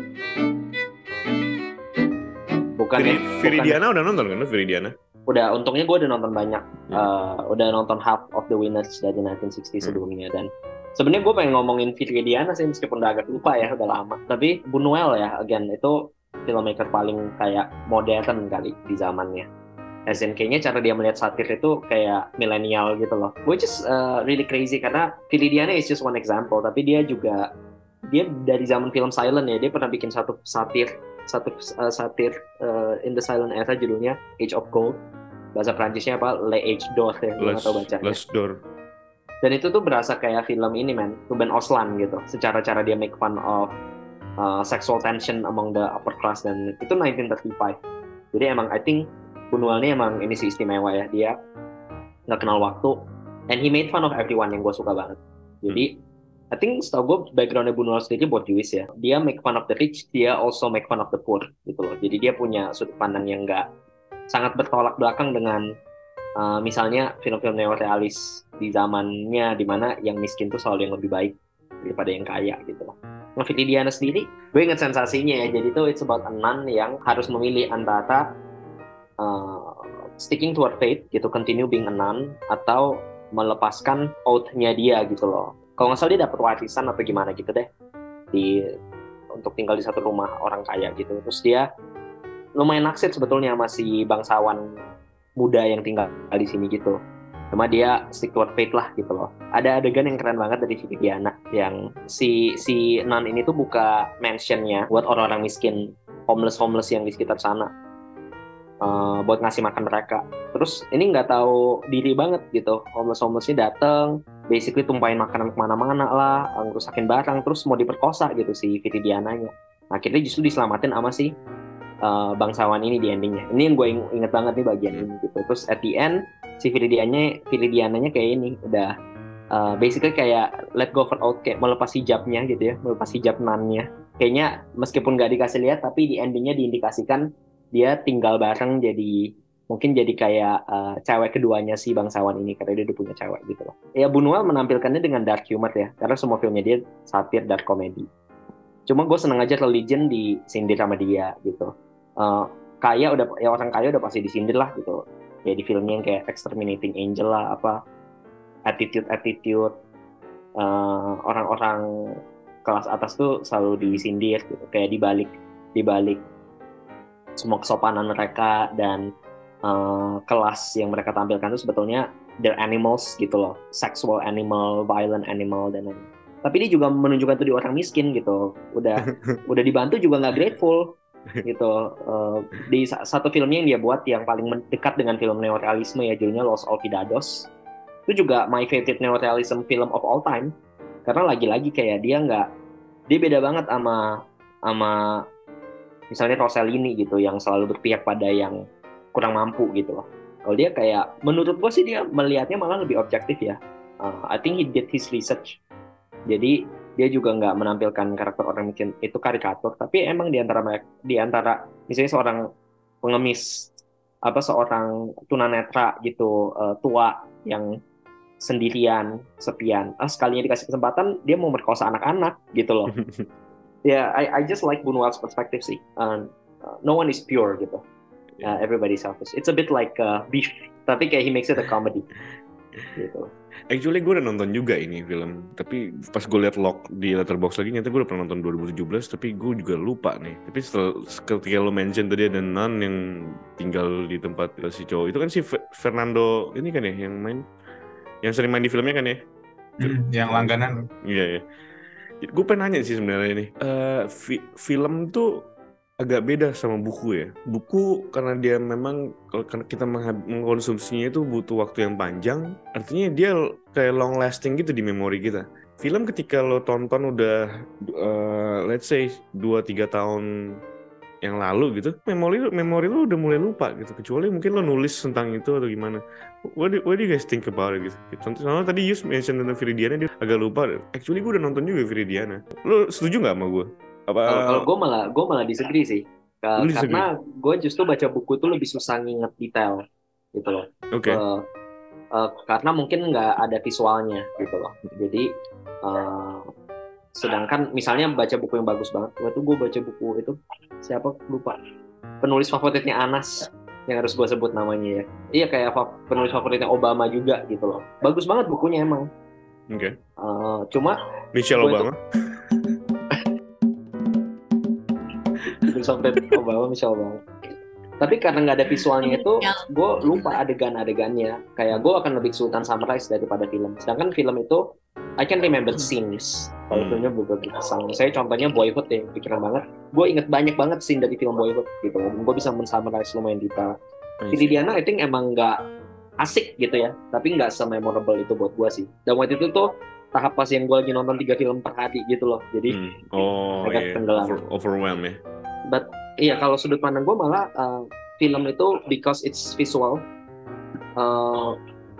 Bukan ya, Viri- bukan. Viridiana udah nonton kan lu Viridiana? Udah, untungnya gue udah nonton banyak. Hmm. Uh, udah nonton Half of the Winners dari nineteen sixty Hmm. sebelumnya, dan sebenarnya gue pengen ngomongin Viridiana sih meskipun udah agak lupa ya, udah lama. Tapi Buñuel ya, again itu filmmaker paling kayak modern kali di zamannya. As in, kayaknya cara dia melihat satir itu kayak milenial gitu loh. Which is uh, really crazy karena Viridiana is just one example, tapi dia juga dia dari zaman film silent ya, dia pernah bikin satu satir satu uh, satir uh, in the silent era judulnya Age of Gold. Bahasa Prancisnya apa? Le Age d'Or ya, gue nggak tahu bacanya. Last Door. Dan itu tuh berasa kayak film ini man, Ruben Oslan gitu. Secara cara dia make fun of uh, sexual tension among the upper class, dan itu nineteen thirty-five. Jadi emang I think Buñuel ini emang ini sih istimewa ya, dia nggak kenal waktu, and he made fun of everyone yang gue suka banget. Jadi I think setahu gue backgroundnya Buñuel sendiri buat Jewish ya. Dia make fun of the rich, dia also make fun of the poor gitu loh. Jadi dia punya sudut pandang yang nggak sangat bertolak belakang dengan uh, misalnya film-film neorealis di zamannya, di mana yang miskin tuh selalu yang lebih baik daripada yang kaya gitu loh. Nah, Viridiana sendiri, gue inget sensasinya ya. Jadi tuh it's about a nun yang harus memilih antara uh, sticking to her faith gitu, continue being a nun, atau melepaskan oath-nya dia gitu loh. Kalau nggak salah dia dapat warisan atau gimana gitu deh, di untuk tinggal di satu rumah orang kaya gitu. Terus dia lumayan naksir sebetulnya masih bangsawan muda yang tinggal di sini gitu. Cuma dia stick to her faith lah gitu loh. Ada adegan yang keren banget dari Viridiana, yang si si nun ini tuh buka mansionnya buat orang-orang miskin, homeless-homeless yang di sekitar sana, uh, buat ngasih makan mereka. Terus ini nggak tahu diri banget gitu, homeless-homeless ini datang, basically tumpahin makanan kemana-mana lah, ngerusakin barang, terus mau diperkosa gitu si Viridiananya. Akhirnya justru diselamatin sama si uh, bangsawan ini di endingnya. Ini yang gue inget banget nih bagian ini gitu. Terus at the end si Viridiananya, Viridiananya kayak ini udah uh, basically kayak let go for out, kayak melepas hijabnya gitu ya, melepas hijab nannya. Kayaknya meskipun nggak dikasih lihat, tapi di endingnya diindikasikan dia tinggal bareng, jadi mungkin jadi kayak uh, cewek keduanya si bangsawan ini, karena dia udah punya cewek gitu loh. Ya Buñuel menampilkannya dengan dark humor ya, karena semua filmnya dia satir, dark comedy. Cuma gue seneng aja religion disindir sama dia gitu. Uh, kaya udah, ya orang kaya udah pasti disindir lah gitu. Ya di filmnya yang kayak Exterminating Angel lah, apa attitude-attitude uh, orang-orang kelas atas tuh selalu disindir gitu. Kayak dibalik dibalik semua kesopanan mereka dan uh, kelas yang mereka tampilkan tuh sebetulnya they're animals gitu loh, sexual animal, violent animal dan lain. Tapi dia juga menunjukkan tuh di orang miskin gitu, udah udah dibantu juga nggak grateful gitu. Uh, di satu filmnya yang dia buat yang paling dekat dengan film neorealisme ya, judulnya Los Olvidados, itu juga my favorite neorealism film of all time, karena lagi-lagi kayak dia nggak, dia beda banget sama sama misalnya Rossellini gitu yang selalu berpihak pada yang kurang mampu gitu loh. Kalau dia kayak, menurut gue sih dia melihatnya malah lebih objektif ya. uh, I think he did his research, jadi dia juga nggak menampilkan karakter orang miskin itu karikatur, tapi emang di antara di antara misalnya seorang pengemis, apa seorang tunanetra gitu, uh, tua yang sendirian, sepian, ah sekalinya dikasih kesempatan dia mau merkosa anak-anak gitu loh. Ya, yeah, I I just like Buñuel's perspective sih. Uh, uh, no one is pure gitu. Uh, everybody's selfish. It's a bit like uh, Beef, tapi kayak he makes it a comedy. Gitu. Actually gue udah nonton juga ini film, tapi pas gue liat log di Letterboxd lagi, nyata gue udah pernah nonton dua ribu tujuh belas, tapi gue juga lupa nih. Tapi setelah ketika lo mention tadi ada nun yang tinggal di tempat si cowok itu kan si Fernando ini kan ya yang main, yang sering main di filmnya kan ya? Hmm, yang langganan. Iya ya. Gue pengen nanya sih sebenarnya ini, uh, fi- film tuh agak beda sama buku ya. Buku karena dia memang kalau kita mengkonsumsinya itu butuh waktu yang panjang, artinya dia kayak long lasting gitu di memori kita. Film ketika lo tonton udah uh, let's say dua tiga tahun yang lalu gitu, memori memori lo udah mulai lupa gitu, kecuali mungkin lo nulis tentang itu atau gimana. What do, what do you guys think about it gitu? Contohnya tadi Yus mention tentang Viridiana, dia agak lupa. Actually gue udah nonton juga Viridiana. Lo setuju nggak sama gue? Apa... Kalau, kalau gue malah gue malah disagree sih, K- karena gue justru baca buku tuh lebih susah nginget detail gitu loh. Oke. Okay. Uh, uh, karena mungkin nggak ada visualnya gitu loh. Jadi uh, sedangkan misalnya baca buku yang bagus banget, waktu gue baca buku itu siapa lupa, penulis favoritnya Anas yang harus gue sebut namanya ya. Iya kayak penulis favoritnya Obama juga gitu loh. Bagus banget bukunya emang. Oke. Okay. Uh, cuma Michelle Obama. Sampai Obama, Michelle Obama. Tapi karena nggak ada visualnya itu, gue lupa adegan-adegannya. Kayak gue akan lebih kesulitan summarize daripada film. Sedangkan film itu, I can remember scenes. Kalau filmnya beberapa kesan. Saya contohnya Boyhood ya, pikiran banget. Gue inget banyak banget scene dari film Boyhood gitu. Gue bisa men-summarize lumayan detail. Viridiana, I think emang nggak asik gitu ya, tapi nggak se-memorable itu buat gue sih. Dan waktu itu tuh tahap pas yang gue lagi nonton tiga film per hari gitu loh, jadi Hmm. Oh agak iya, tenggelam. Over, overwhelm ya. But iya, kalau sudut pandang gue malah uh, film itu because it's visual, uh,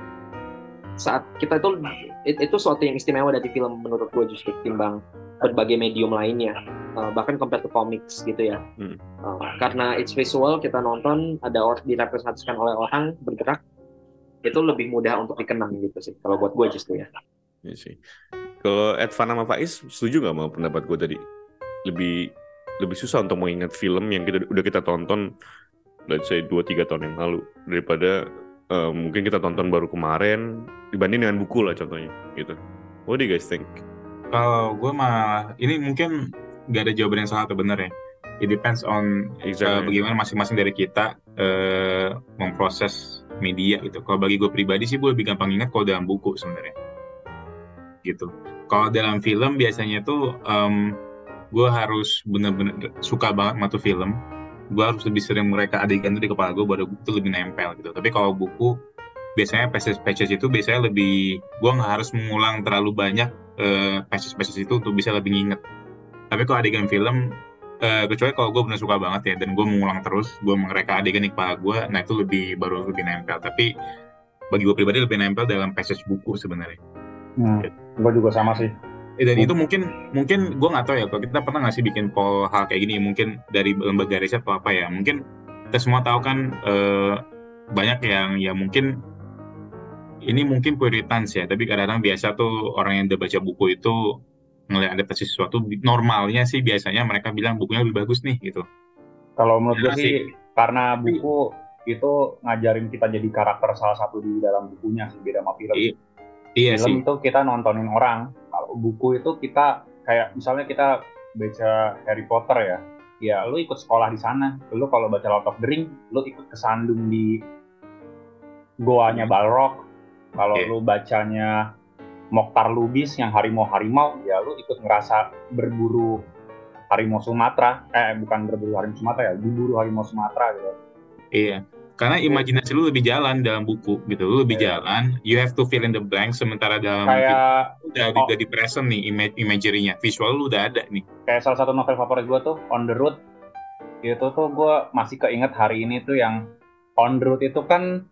saat kita itu it- itu suatu yang istimewa dari film menurut gue justru timbang berbagai medium lainnya, uh, bahkan compare to comics gitu ya. Hmm. Uh, karena it's visual, kita nonton ada orang direpresentasikan oleh orang bergerak, itu lebih mudah untuk dikenang gitu sih kalau buat gue justru ya. Iya sih. Kalau Edvan sama Faiz setuju nggak sama pendapat gue tadi? Lebih lebih susah untuk mengingat film yang kita udah kita tonton, let's say dua tiga tahun yang lalu daripada uh, mungkin kita tonton baru kemarin dibanding dengan buku lah contohnya gitu. What do you guys think? Kalau gue mah ini mungkin nggak ada jawaban yang salah atau benar ya. It depends on uh, Exactly. bagaimana masing-masing dari kita uh, memproses media gitu. Kalau bagi gue pribadi sih gue lebih gampang ingat kalau dalam buku sebenarnya. Gitu. Kalau dalam film biasanya tuh um, gue harus bener-bener suka banget sama tuh film. Gue harus lebih sering mereka adegan tuh di kepala gue baru itu lebih nempel gitu. Tapi kalau buku biasanya passage-passage itu biasanya lebih gue nggak harus mengulang terlalu banyak uh, passage-passage itu untuk bisa lebih nginget. Tapi kalau adegan film uh, kecuali kalau gue bener suka banget ya dan gue mengulang terus, gue mereka adegan di kepala gue, nah itu lebih baru lebih nempel. Tapi bagi gue pribadi lebih nempel dalam passage buku sebenarnya. Hmm, gue juga sama sih. Eh, dan itu mungkin mungkin gue nggak tahu ya kalau kita pernah nggak sih bikin poll hal kayak gini, mungkin dari lembaga riset atau apa ya, mungkin kita semua tahu kan eh, banyak yang ya mungkin ini mungkin puritan ya, tapi kadang-kadang biasa tuh orang yang udah baca buku itu ngelihat adaptasi sesuatu normalnya sih biasanya mereka bilang bukunya lebih bagus nih gitu. Kalau menurut gue Ya, sih sih. karena buku itu ngajarin kita jadi karakter salah satu di dalam bukunya sih, beda sama film. I- iya Film sih. itu kita nontonin orang. Kalau buku itu kita kayak misalnya kita baca Harry Potter ya, ya lu ikut sekolah di sana. Lu kalau baca Lord of the Ring, lu ikut kesandung di goanya Balrog. Kalau Iya. lu bacanya Mokhtar Lubis yang harimau-harimau, ya lu ikut ngerasa berburu harimau Sumatera. Eh bukan berburu harimau Sumatera ya, berburu harimau Sumatera gitu. Iya. Karena imajinasi lu lebih jalan dalam buku gitu, lu lebih Iya. jalan. You have to fill in the blank. Sementara dalam film Kayak udah oh. udah di present nih ima- imagery-nya, visual lu udah ada nih. kayak salah satu novel favorit gue tuh On the Road. Itu tuh gue masih keinget hari ini tuh yang On the Road itu kan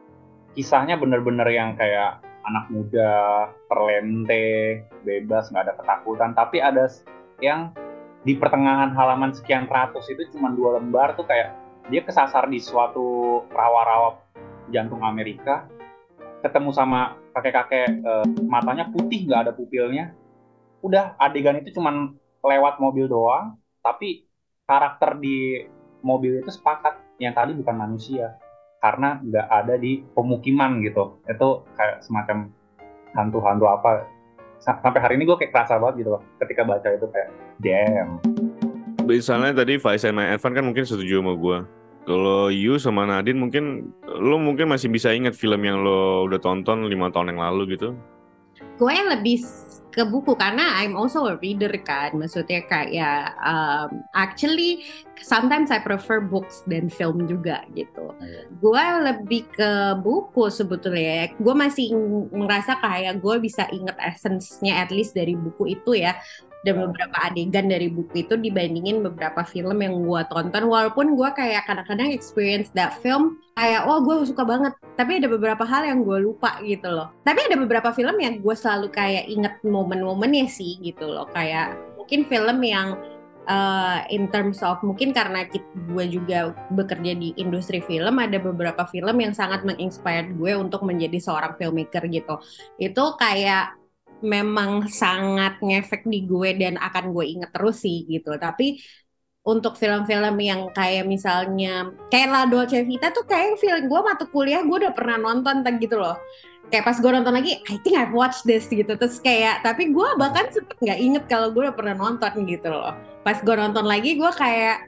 kisahnya bener-bener yang kayak anak muda, perlente, bebas, nggak ada ketakutan. Tapi ada yang di pertengahan halaman sekian ratus itu cuma dua lembar tuh kayak dia kesasar di suatu rawa-rawa jantung Amerika, ketemu sama kakek-kakek, eh, matanya putih, nggak ada pupilnya. Udah adegan itu cuma lewat mobil doang, tapi karakter di mobil itu sepakat yang tadi bukan manusia karena nggak ada di pemukiman gitu. Itu kayak semacam hantu-hantu apa. Sampai hari ini gue kayak kerasa banget gitu loh ketika baca itu, kayak damn. Misalnya tadi Faiz sama Edvan kan mungkin setuju sama gue. Kalau you sama Nadine mungkin lo mungkin masih bisa ingat film yang lo udah tonton lima tahun yang lalu gitu. Gue lebih ke buku karena I'm also a reader kan, maksudnya kayak um, actually sometimes I prefer books dan film juga gitu. Gue lebih ke buku sebetulnya. Gue masih merasa kayak gue bisa inget essence-nya at least dari buku itu ya. Dan beberapa adegan dari buku itu dibandingin beberapa film yang gue tonton, walaupun gue kayak kadang-kadang experience that film kayak oh gue suka banget, tapi ada beberapa hal yang gue lupa gitu loh. Tapi ada beberapa film yang gue selalu kayak inget momen-momennya sih gitu loh, kayak mungkin film yang uh, in terms of mungkin karena gue juga bekerja di industri film, ada beberapa film yang sangat menginspire gue untuk menjadi seorang filmmaker gitu. Itu kayak memang sangat ngefek di gue dan akan gue inget terus sih gitu. Tapi untuk film-film yang kayak misalnya kayak La Dolce Vita tuh kayak film gue waktu kuliah gue udah pernah nonton gitu loh. Kayak pas gue nonton lagi, I think I've watched this gitu. Terus kayak, tapi gue bahkan sempet gak inget kalau gue udah pernah nonton gitu loh. Pas gue nonton lagi gue kayak,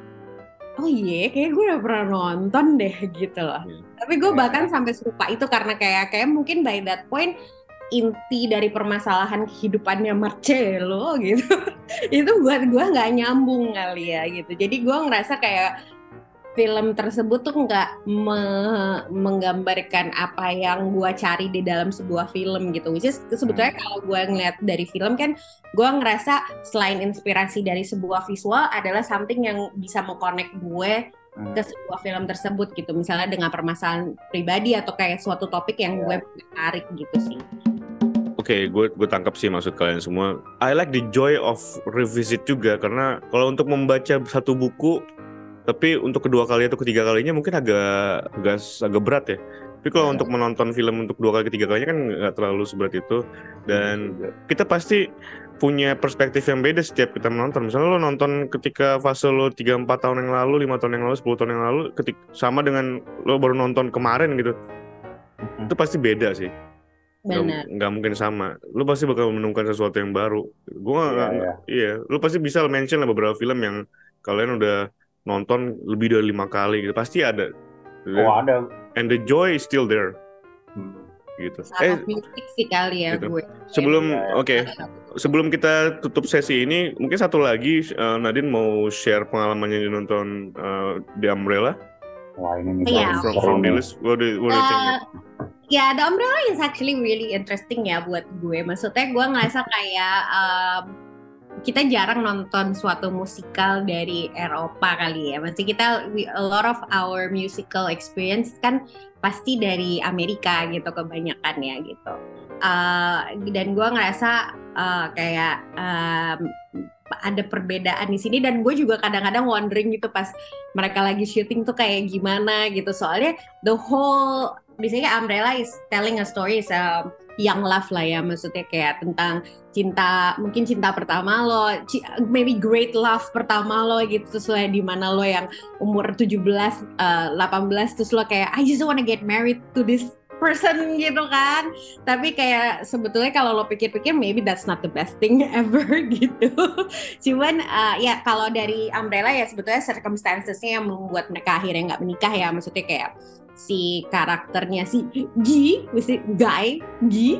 oh iya, yeah, kayak gue udah pernah nonton deh gitu loh. Hmm. Tapi gue bahkan sampai serupa itu karena kayak kayak mungkin by that point inti dari permasalahan kehidupannya Marcello gitu itu buat gue nggak nyambung kali ya gitu. Jadi gue ngerasa kayak film tersebut tuh nggak me- menggambarkan apa yang gue cari di dalam sebuah film gitu. Which is sebetulnya kalau gue ngeliat dari film kan, gue ngerasa selain inspirasi dari sebuah visual adalah something yang bisa mengconnect gue ke sebuah film tersebut gitu. Misalnya dengan permasalahan pribadi atau kayak suatu topik yang gue menarik gitu sih. Oke, okay, gue gue tangkap sih maksud kalian semua. I like the joy of revisit juga, karena kalau untuk membaca satu buku, tapi untuk kedua kali atau ketiga kalinya mungkin agak agak, agak berat ya. Tapi kalau untuk menonton film untuk dua kali ketiga kalinya kan nggak terlalu seberat itu. Dan kita pasti punya perspektif yang beda setiap kita menonton. Misalnya lo nonton ketika fase lo tiga empat tahun yang lalu, lima tahun yang lalu, sepuluh tahun yang lalu, ketik sama dengan lo baru nonton kemarin gitu. Itu pasti beda sih. Benar. Nggak, nggak mungkin sama. Lu pasti bakal menemukan sesuatu yang baru. Gua Iya, nggak, iya. iya. Lu pasti bisa mention lah beberapa film yang kalian udah nonton lebih dari lima kali gitu. Pasti ada. Oh ada. And the joy is still there. Hmm. Gitu. Sound Eh, of music sih kali ya gitu. gue. Sebelum, Iya, iya. oke. Sebelum kita tutup sesi ini, mungkin satu lagi uh, Nadine mau share pengalamannya di nonton uh, The Umbrella. Wah ini nih. Iya. From, seru from nih. the list. What do, what do you think? Uh, Ya, The Umbrella is actually really interesting ya buat gue. Maksudnya gue ngerasa kayak um, kita jarang nonton suatu musikal dari Eropa kali ya. Maksudnya kita, we, a lot of our musical experience kan pasti dari Amerika gitu kebanyakan ya gitu. Uh, dan gue ngerasa uh, kayak um, ada perbedaan di sini, dan gue juga kadang-kadang wondering gitu pas mereka lagi syuting tuh kayak gimana gitu. Soalnya the whole biasanya Umbrella is telling a story, is a young love lah ya, maksudnya kayak tentang cinta, mungkin cinta pertama lo, maybe great love pertama lo gitu, terus lo di mana lo yang umur tujuh belas, uh, delapan belas, terus lo kayak I just wanna get married to this person gitu kan. Tapi kayak sebetulnya kalau lo pikir-pikir maybe that's not the best thing ever gitu. Cuman uh, ya kalau dari Umbrella ya sebetulnya circumstances-nya yang membuat mereka akhirnya nggak menikah ya. Maksudnya kayak si karakternya si Gi, si Guy, Gi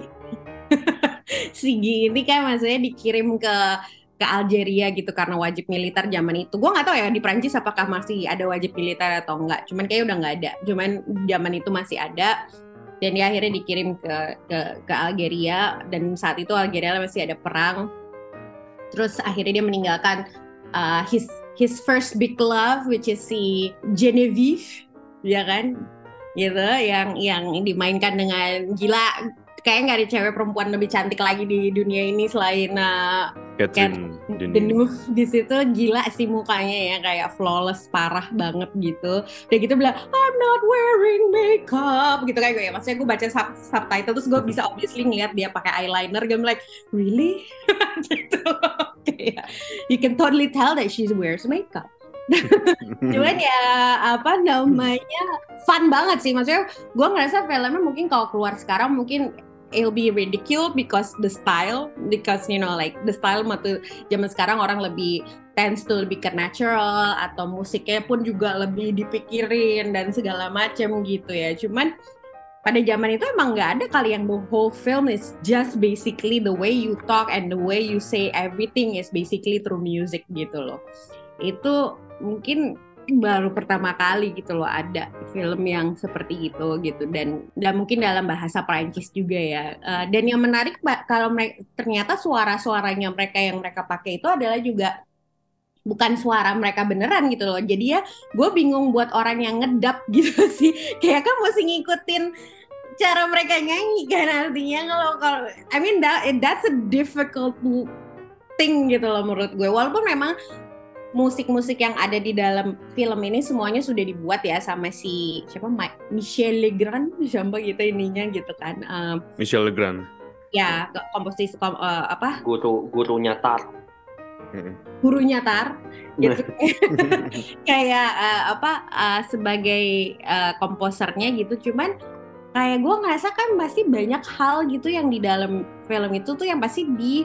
si Gi ini kan maksudnya dikirim ke ke Algeria gitu karena wajib militer zaman itu. Gue nggak tahu ya di Prancis apakah masih ada wajib militer atau enggak. Cuman kayak udah nggak ada. Cuman zaman itu masih ada. Dan dia akhirnya dikirim ke, ke ke Algeria, dan saat itu Algeria masih ada perang. Terus akhirnya dia meninggalkan uh, his his first big love, which is si Genevieve, ya kan, gitu, yang yang dimainkan dengan gila. Kayaknya nggak ada cewek perempuan lebih cantik lagi di dunia ini selain uh, Catherine Deneuve. Di situ gila sih mukanya ya, kayak flawless parah banget gitu. Udah gitu bilang I'm not wearing makeup gitu kayak gue ya. Maksudnya gue baca sub- subtitle terus gue bisa obviously ngeliat dia pakai eyeliner. Gue like really gitu. Kayak you can totally tell that she wears makeup. Cuman ya apa namanya fun banget sih. Maksudnya gue ngerasa filmnya mungkin kalau keluar sekarang mungkin it'll be ridiculed because the style, because you know like the style matu zaman sekarang orang lebih tends to lebih ke natural, atau musiknya pun juga lebih dipikirin dan segala macam gitu ya. Cuman pada zaman itu emang nggak ada kali yang the whole film is just basically the way you talk and the way you say everything is basically through music gitu loh. Itu mungkin baru pertama kali gitu loh ada film yang seperti itu gitu, dan dan mungkin dalam bahasa Perancis juga ya. Uh, dan yang menarik kalau mereka, ternyata suara-suaranya mereka yang mereka pakai itu adalah juga bukan suara mereka beneran gitu loh. Jadi ya gue bingung buat orang yang ngedub gitu sih, kayak kan mesti ngikutin cara mereka nyanyi kan, artinya kalau kalau I mean that that's a difficult thing gitu loh menurut gue. Walaupun memang musik-musik yang ada di dalam film ini semuanya sudah dibuat ya sama si siapa Mike, Michel Legrand siapa gitu ininya gitu kan. Um, Michel Legrand. Ya komposisi kom, uh, apa? Guru gurunya Tar. Gurunya Tar gitu. Kayak uh, apa uh, sebagai uh, komposernya gitu. Cuman kayak gue ngerasa kan pasti banyak hal gitu yang di dalam film itu tuh yang pasti di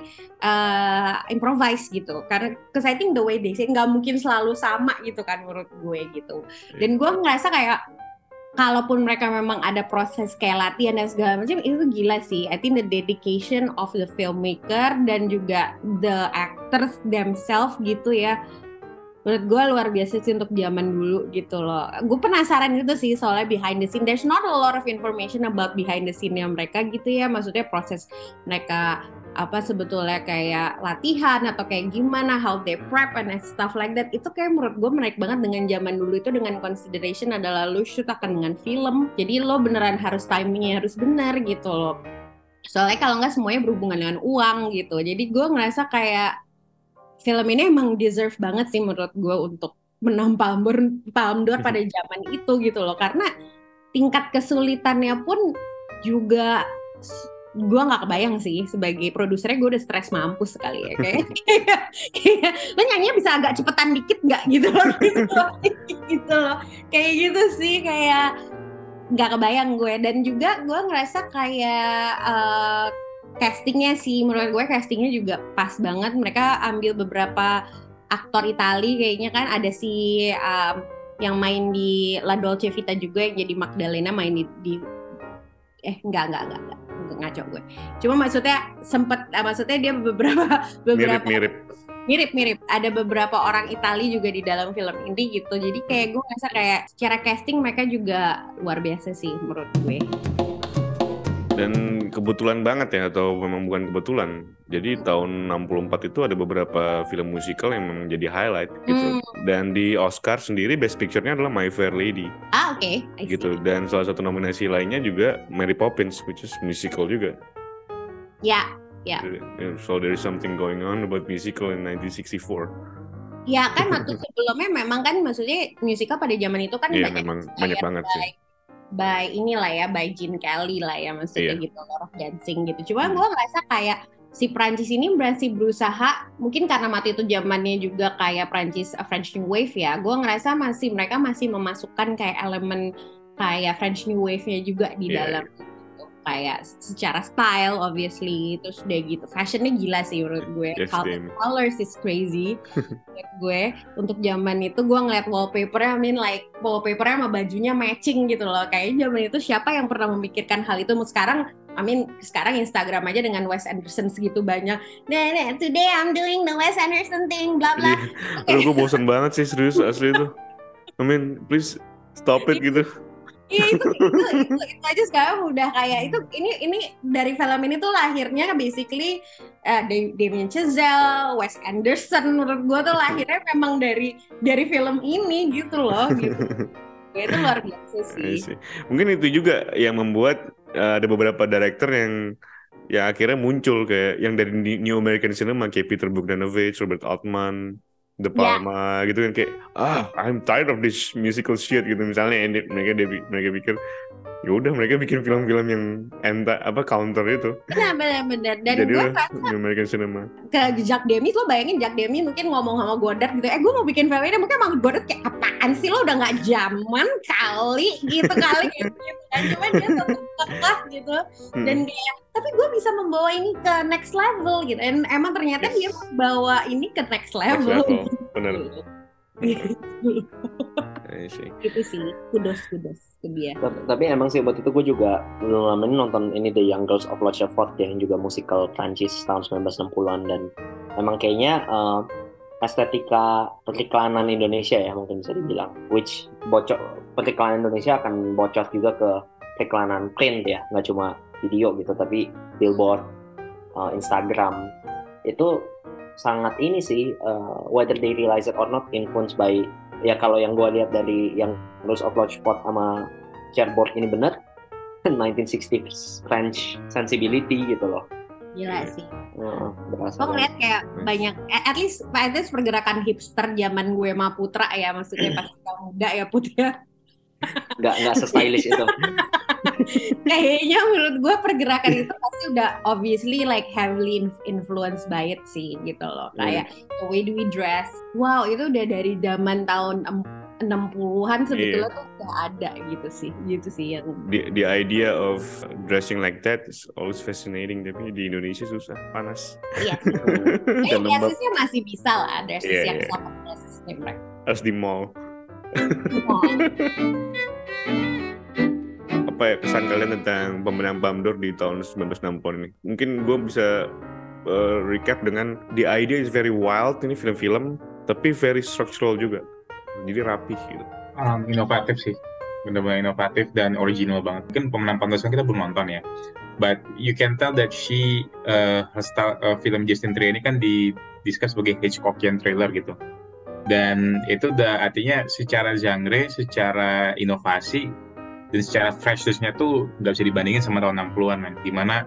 uh, improvise gitu, karena cause I think the way they say nggak mungkin selalu sama gitu kan menurut gue gitu. Dan gue ngerasa kayak kalaupun mereka memang ada proses kayak latihan dan segala macam, itu gila sih. I think the dedication of the filmmaker dan juga the actors themselves gitu ya, menurut gue luar biasa sih untuk zaman dulu gitu loh. Gue penasaran gitu sih soalnya behind the scene. There's not a lot of information about behind the scene-nya mereka gitu ya. Maksudnya proses mereka apa sebetulnya kayak latihan atau kayak gimana, how they prep and stuff like that. Itu kayak menurut gue menarik banget dengan zaman dulu itu dengan consideration adalah lu shoot akan dengan film. Jadi lo beneran harus timingnya harus benar gitu loh. Soalnya kalau nggak semuanya berhubungan dengan uang gitu. Jadi gue ngerasa kayak film ini emang deserve banget sih menurut gue untuk menang Palme d'Or, Palme d'Or pada zaman itu gitu loh. Karena tingkat kesulitannya pun juga gue nggak kebayang sih sebagai produsernya gue udah stres mampus sekali ya kayak kayak, kayak lo nyanyinya bisa agak cepetan dikit nggak gitu loh gitu loh, gitu loh kayak gitu sih kayak nggak kebayang gue. Dan juga gue ngerasa kayak uh, castingnya sih, menurut gue castingnya juga pas banget. Mereka ambil beberapa aktor Itali kayaknya kan, ada si um, yang main di La Dolce Vita juga yang jadi Magdalena main di, di eh enggak enggak enggak enggak ngaco gue. Cuma maksudnya sempet eh, maksudnya dia beberapa beberapa Mirip-mirip. mirip-mirip ada beberapa orang Itali juga di dalam film ini gitu. Jadi kayak gue ngerasa kayak secara casting mereka juga luar biasa sih menurut gue. Dan kebetulan banget ya, atau memang bukan kebetulan. Jadi tahun enam puluh empat itu ada beberapa film musikal yang memang jadi highlight gitu. Hmm. Dan di Oscar sendiri Best Picture-nya adalah My Fair Lady. Ah oke, okay. Gitu. Dan salah satu nominasi lainnya juga Mary Poppins, which is musical juga. Ya, ya. So there is something going on about musical in nineteen sixty-four. Ya kan waktu sebelumnya memang kan maksudnya musical pada zaman itu kan Iya, banyak memang banyak banget by, sih. by inilah ya, by Gene Kelly lah ya maksudnya Iya. gitu, Lord of Dancing gitu. Cuma Hmm. gue ngerasa kayak si Prancis ini masih berusaha, mungkin karena waktu itu zamannya juga kayak Prancis uh, French New Wave ya. Gue ngerasa masih mereka masih memasukkan kayak elemen kayak French New Wave-nya juga di Iya, dalam gitu. Kayak secara style obviously, terus udah gitu fashionnya gila sih menurut gue. Yes, Col- Dame. colors is crazy menurut gue. Untuk zaman itu gue ngeliat wallpapernya, I mean like wallpapernya sama bajunya matching gitu loh. Kayaknya zaman itu siapa yang pernah memikirkan hal itu? Sekarang I mean sekarang Instagram aja dengan Wes Anderson segitu banyak. Nah, nah today I'm doing the Wes Anderson thing, bla bla. Iya. Aduh, gue bosan banget sih serius asli itu. I mean, please stop it gitu. Iya itu, itu, itu, itu aja sekarang udah kayak itu ini ini dari film ini tuh lahirnya basically uh, Damien Chazelle, Wes Anderson menurut gue tuh lahirnya memang dari dari film ini gitu loh gitu. Itu luar biasa I sih. see. Mungkin itu juga yang membuat uh, ada beberapa director yang ya akhirnya muncul kayak yang dari New American Cinema kayak Peter Bogdanovich, Robert Altman, De Palma gitu kan, kayak ah I'm tired of this musical shit gitu misalnya. And they- mereka dia, mereka pikir ya udah mereka bikin film-film yang enta apa counter itu. Benar benar benar. Dan Jadi gue lah New American Cinema. ke Jack Demy, lo bayangin Jack Demy mungkin ngomong sama Godard gitu, eh gue mau bikin film ini, mungkin sama Godard kayak apaan sih lo udah nggak zaman kali gitu kali gitu kan. Cuman dia tetap kekeh gitu Hmm. dan kayak tapi gue bisa membawa ini ke next level gitu. Dan emang ternyata Yes. dia membawa ini ke next Next level. level, bener. Gitu. I see. Gitu sih, kudos kudos ke dia. Tapi, tapi emang sih buat itu gue juga belum lama ini nonton ini The Young Girls of Rochefort ya, yang juga musikal Prancis tahun sembilan belas enam puluhan, dan emang kayaknya uh, estetika periklanan Indonesia ya mungkin bisa dibilang, which bocor periklanan Indonesia akan bocor juga ke periklanan print ya, nggak cuma video gitu tapi billboard, uh, Instagram itu sangat ini sih, uh, whether they realize it or not, influenced by ya kalau yang gue lihat dari yang Girls of Rochefort sama Cherbourg ini bener nineteen sixties French sensibility gitu loh. Gila sih. Uh, berasa Gue ngeliat kayak Nice. banyak, at least, at least pergerakan hipster zaman gue sama Putra ya, maksudnya pas kita muda ya Put ya. nggak nggak se-stylish itu. Kayaknya menurut gue pergerakan itu pasti udah obviously like heavily influenced by it sih gitu loh. Kayak the way do we dress. Wow, itu udah dari zaman tahun enam puluhan sebetulnya Iya. tuh udah ada gitu sih. Gitu sih yang The, the idea of dressing like that is always fascinating, tapi di Indonesia susah, panas. iya sih. Eh, Dan lembab. dresesnya masih bisa lah, dresses Iya, yang iya. sama dresesnya mereka. Harus di mall. Apa ya kesan kalian tentang pemenang Palme d'Or di tahun sembilan belas enam puluhan ini? Mungkin gue bisa uh, recap dengan the idea is very wild. Ini film-film tapi very structural juga. Jadi rapi gitu. Um, inovatif sih, benar-benar inovatif dan original banget. Mungkin pemenang Pantas kita belum nonton ya, but you can tell that she uh, her style, uh, film Justin Trier ini kan di discuss sebagai Hitchcockian thriller gitu. Dan itu udah artinya secara genre, secara inovasi, dan secara freshness-nya tuh nggak bisa dibandingin sama tahun enam puluhan man. Dimana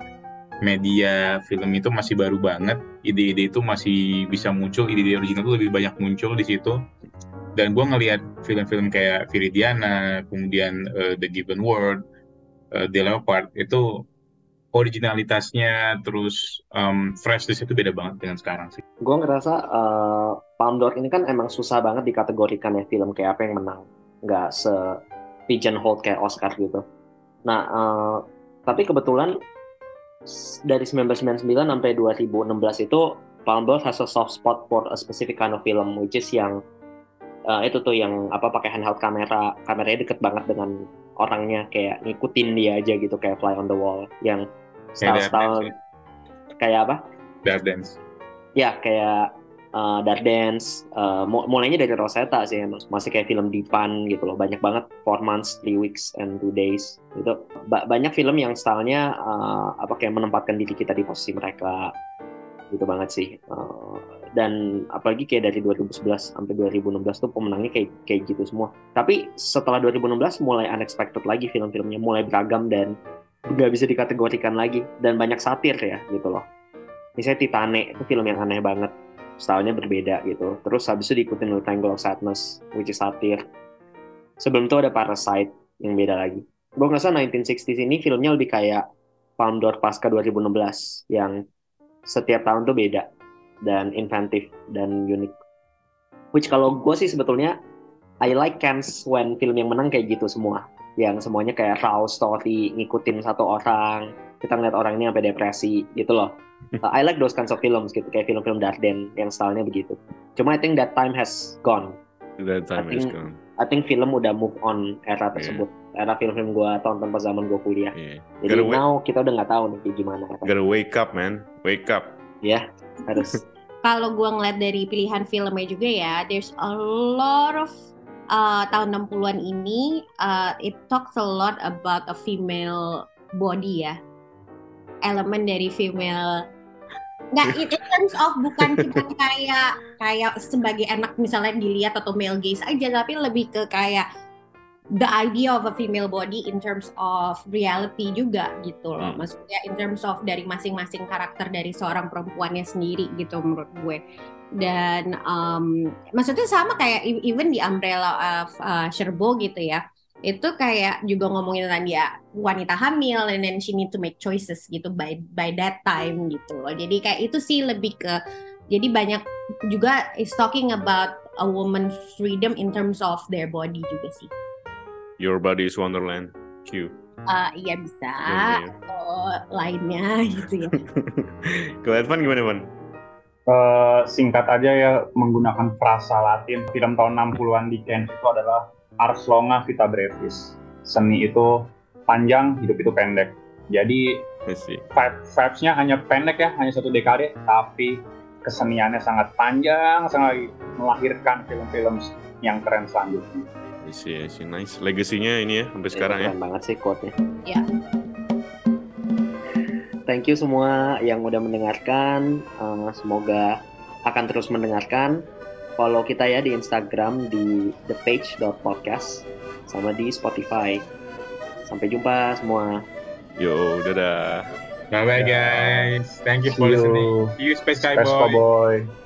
media film itu masih baru banget, ide-ide itu masih bisa muncul, ide-ide original itu lebih banyak muncul di situ. Dan gue ngelihat film-film kayak Viridiana, kemudian uh, The Given Word, uh, The Leopard, itu originalitasnya terus um, freshness itu beda banget dengan sekarang sih. Gue ngerasa uh, Palme d'Or ini kan emang susah banget dikategorikan ya film kayak apa yang menang, nggak se pigeonhole kayak Oscar gitu. Nah, uh, tapi kebetulan dari sembilan belas sembilan puluh sembilan sampai dua ribu enam belas itu Palme d'Or has a soft spot for a specific kind of film, which is yang uh, itu tuh yang apa pakai handheld kamera, kameranya deket banget dengan orangnya, kayak ngikutin dia aja gitu, kayak Fly on the Wall, yang style-style kayak apa? Dardenne. Ya kayak uh, Dardenne, uh, mulainya dari Rosetta sih, masih kayak film Dipan gitu loh, banyak banget four months, three weeks, and two days gitu. Ba- banyak film yang stylenya uh, apa kayak menempatkan diri kita di posisi mereka gitu banget sih. Uh, dan apalagi kayak dari dua ribu sebelas sampai dua ribu enam belas tuh pemenangnya kayak kayak gitu semua. Tapi setelah dua ribu enam belas mulai unexpected lagi film-filmnya, mulai beragam dan nggak bisa dikategorikan lagi, dan banyak satir ya gitu loh. Misalnya Titanic itu film yang aneh banget, stylenya berbeda gitu. Terus habis itu diikutin oleh Triangle of Sadness, which is satir. Sebelum itu ada Parasite yang beda lagi. Gue ngerasa nineteen sixties ini filmnya lebih kayak Palme d'Or pasca dua ribu enam belas yang setiap tahun tuh beda dan inventif dan unik. Which kalau gue sih sebetulnya I like Cannes when film yang menang kayak gitu semua, yang semuanya kayak raw story, ngikutin satu orang, kita ngeliat orang ini sampai depresi gitu loh. uh, I like those kinds of films gitu, kayak film-film Dardenne yang stylenya begitu. Cuma I think that time has gone. That time I has think, gone. I think film udah move on era tersebut, yeah. Era film-film gue tonton pas zaman gue kuliah. Yeah. Jadi gotta now wake, kita udah nggak tahu nih kayak gimana. Era. Gotta wake up man, wake up. Ya, yeah, harus. Kalau gue ngeliat dari pilihan filmnya juga ya, there's a lot of uh, tahun enam puluhan ini, uh, it talks a lot about a female body ya, elemen dari female. Nggak, in terms of bukan cuma kayak kayak sebagai anak misalnya dilihat atau male gaze aja, tapi lebih ke kayak the idea of a female body in terms of reality juga gitu loh. Maksudnya in terms of dari masing-masing karakter dari seorang perempuannya sendiri gitu menurut gue. Dan um, maksudnya sama kayak even di Umbrella of uh, Cherbourg gitu ya. Itu kayak juga ngomongin tentang dia wanita hamil and then she need to make choices gitu by by that time gitu loh. Jadi kayak itu sih lebih ke, jadi banyak juga is talking about a woman freedom in terms of their body juga sih. Your Body is Wonderland, Q. Uh, iya bisa, atau lainnya gitu ya. Kalau Evan gimana, Evan? Uh, singkat aja ya, menggunakan frasa Latin. Film tahun enam puluhan di Cannes itu adalah Ars longa vita brevis. Seni itu panjang, hidup itu pendek. Jadi vibes-nya hanya pendek ya, hanya satu dekade, tapi keseniannya sangat panjang, sangat melahirkan film-film yang keren selanjutnya. Iya sih, nice. Legasinya ini ya sampai ya, sekarang ya. Keren banget sih quote-nya. Ya. Thank you semua yang udah mendengarkan. Uh, semoga akan terus mendengarkan. Follow kita ya di Instagram di the page dot podcast sama di Spotify. Sampai jumpa semua. Yo, dadah. Bye bye guys. Thank you for See you. listening. See you Space Cowboy. Space Cowboy.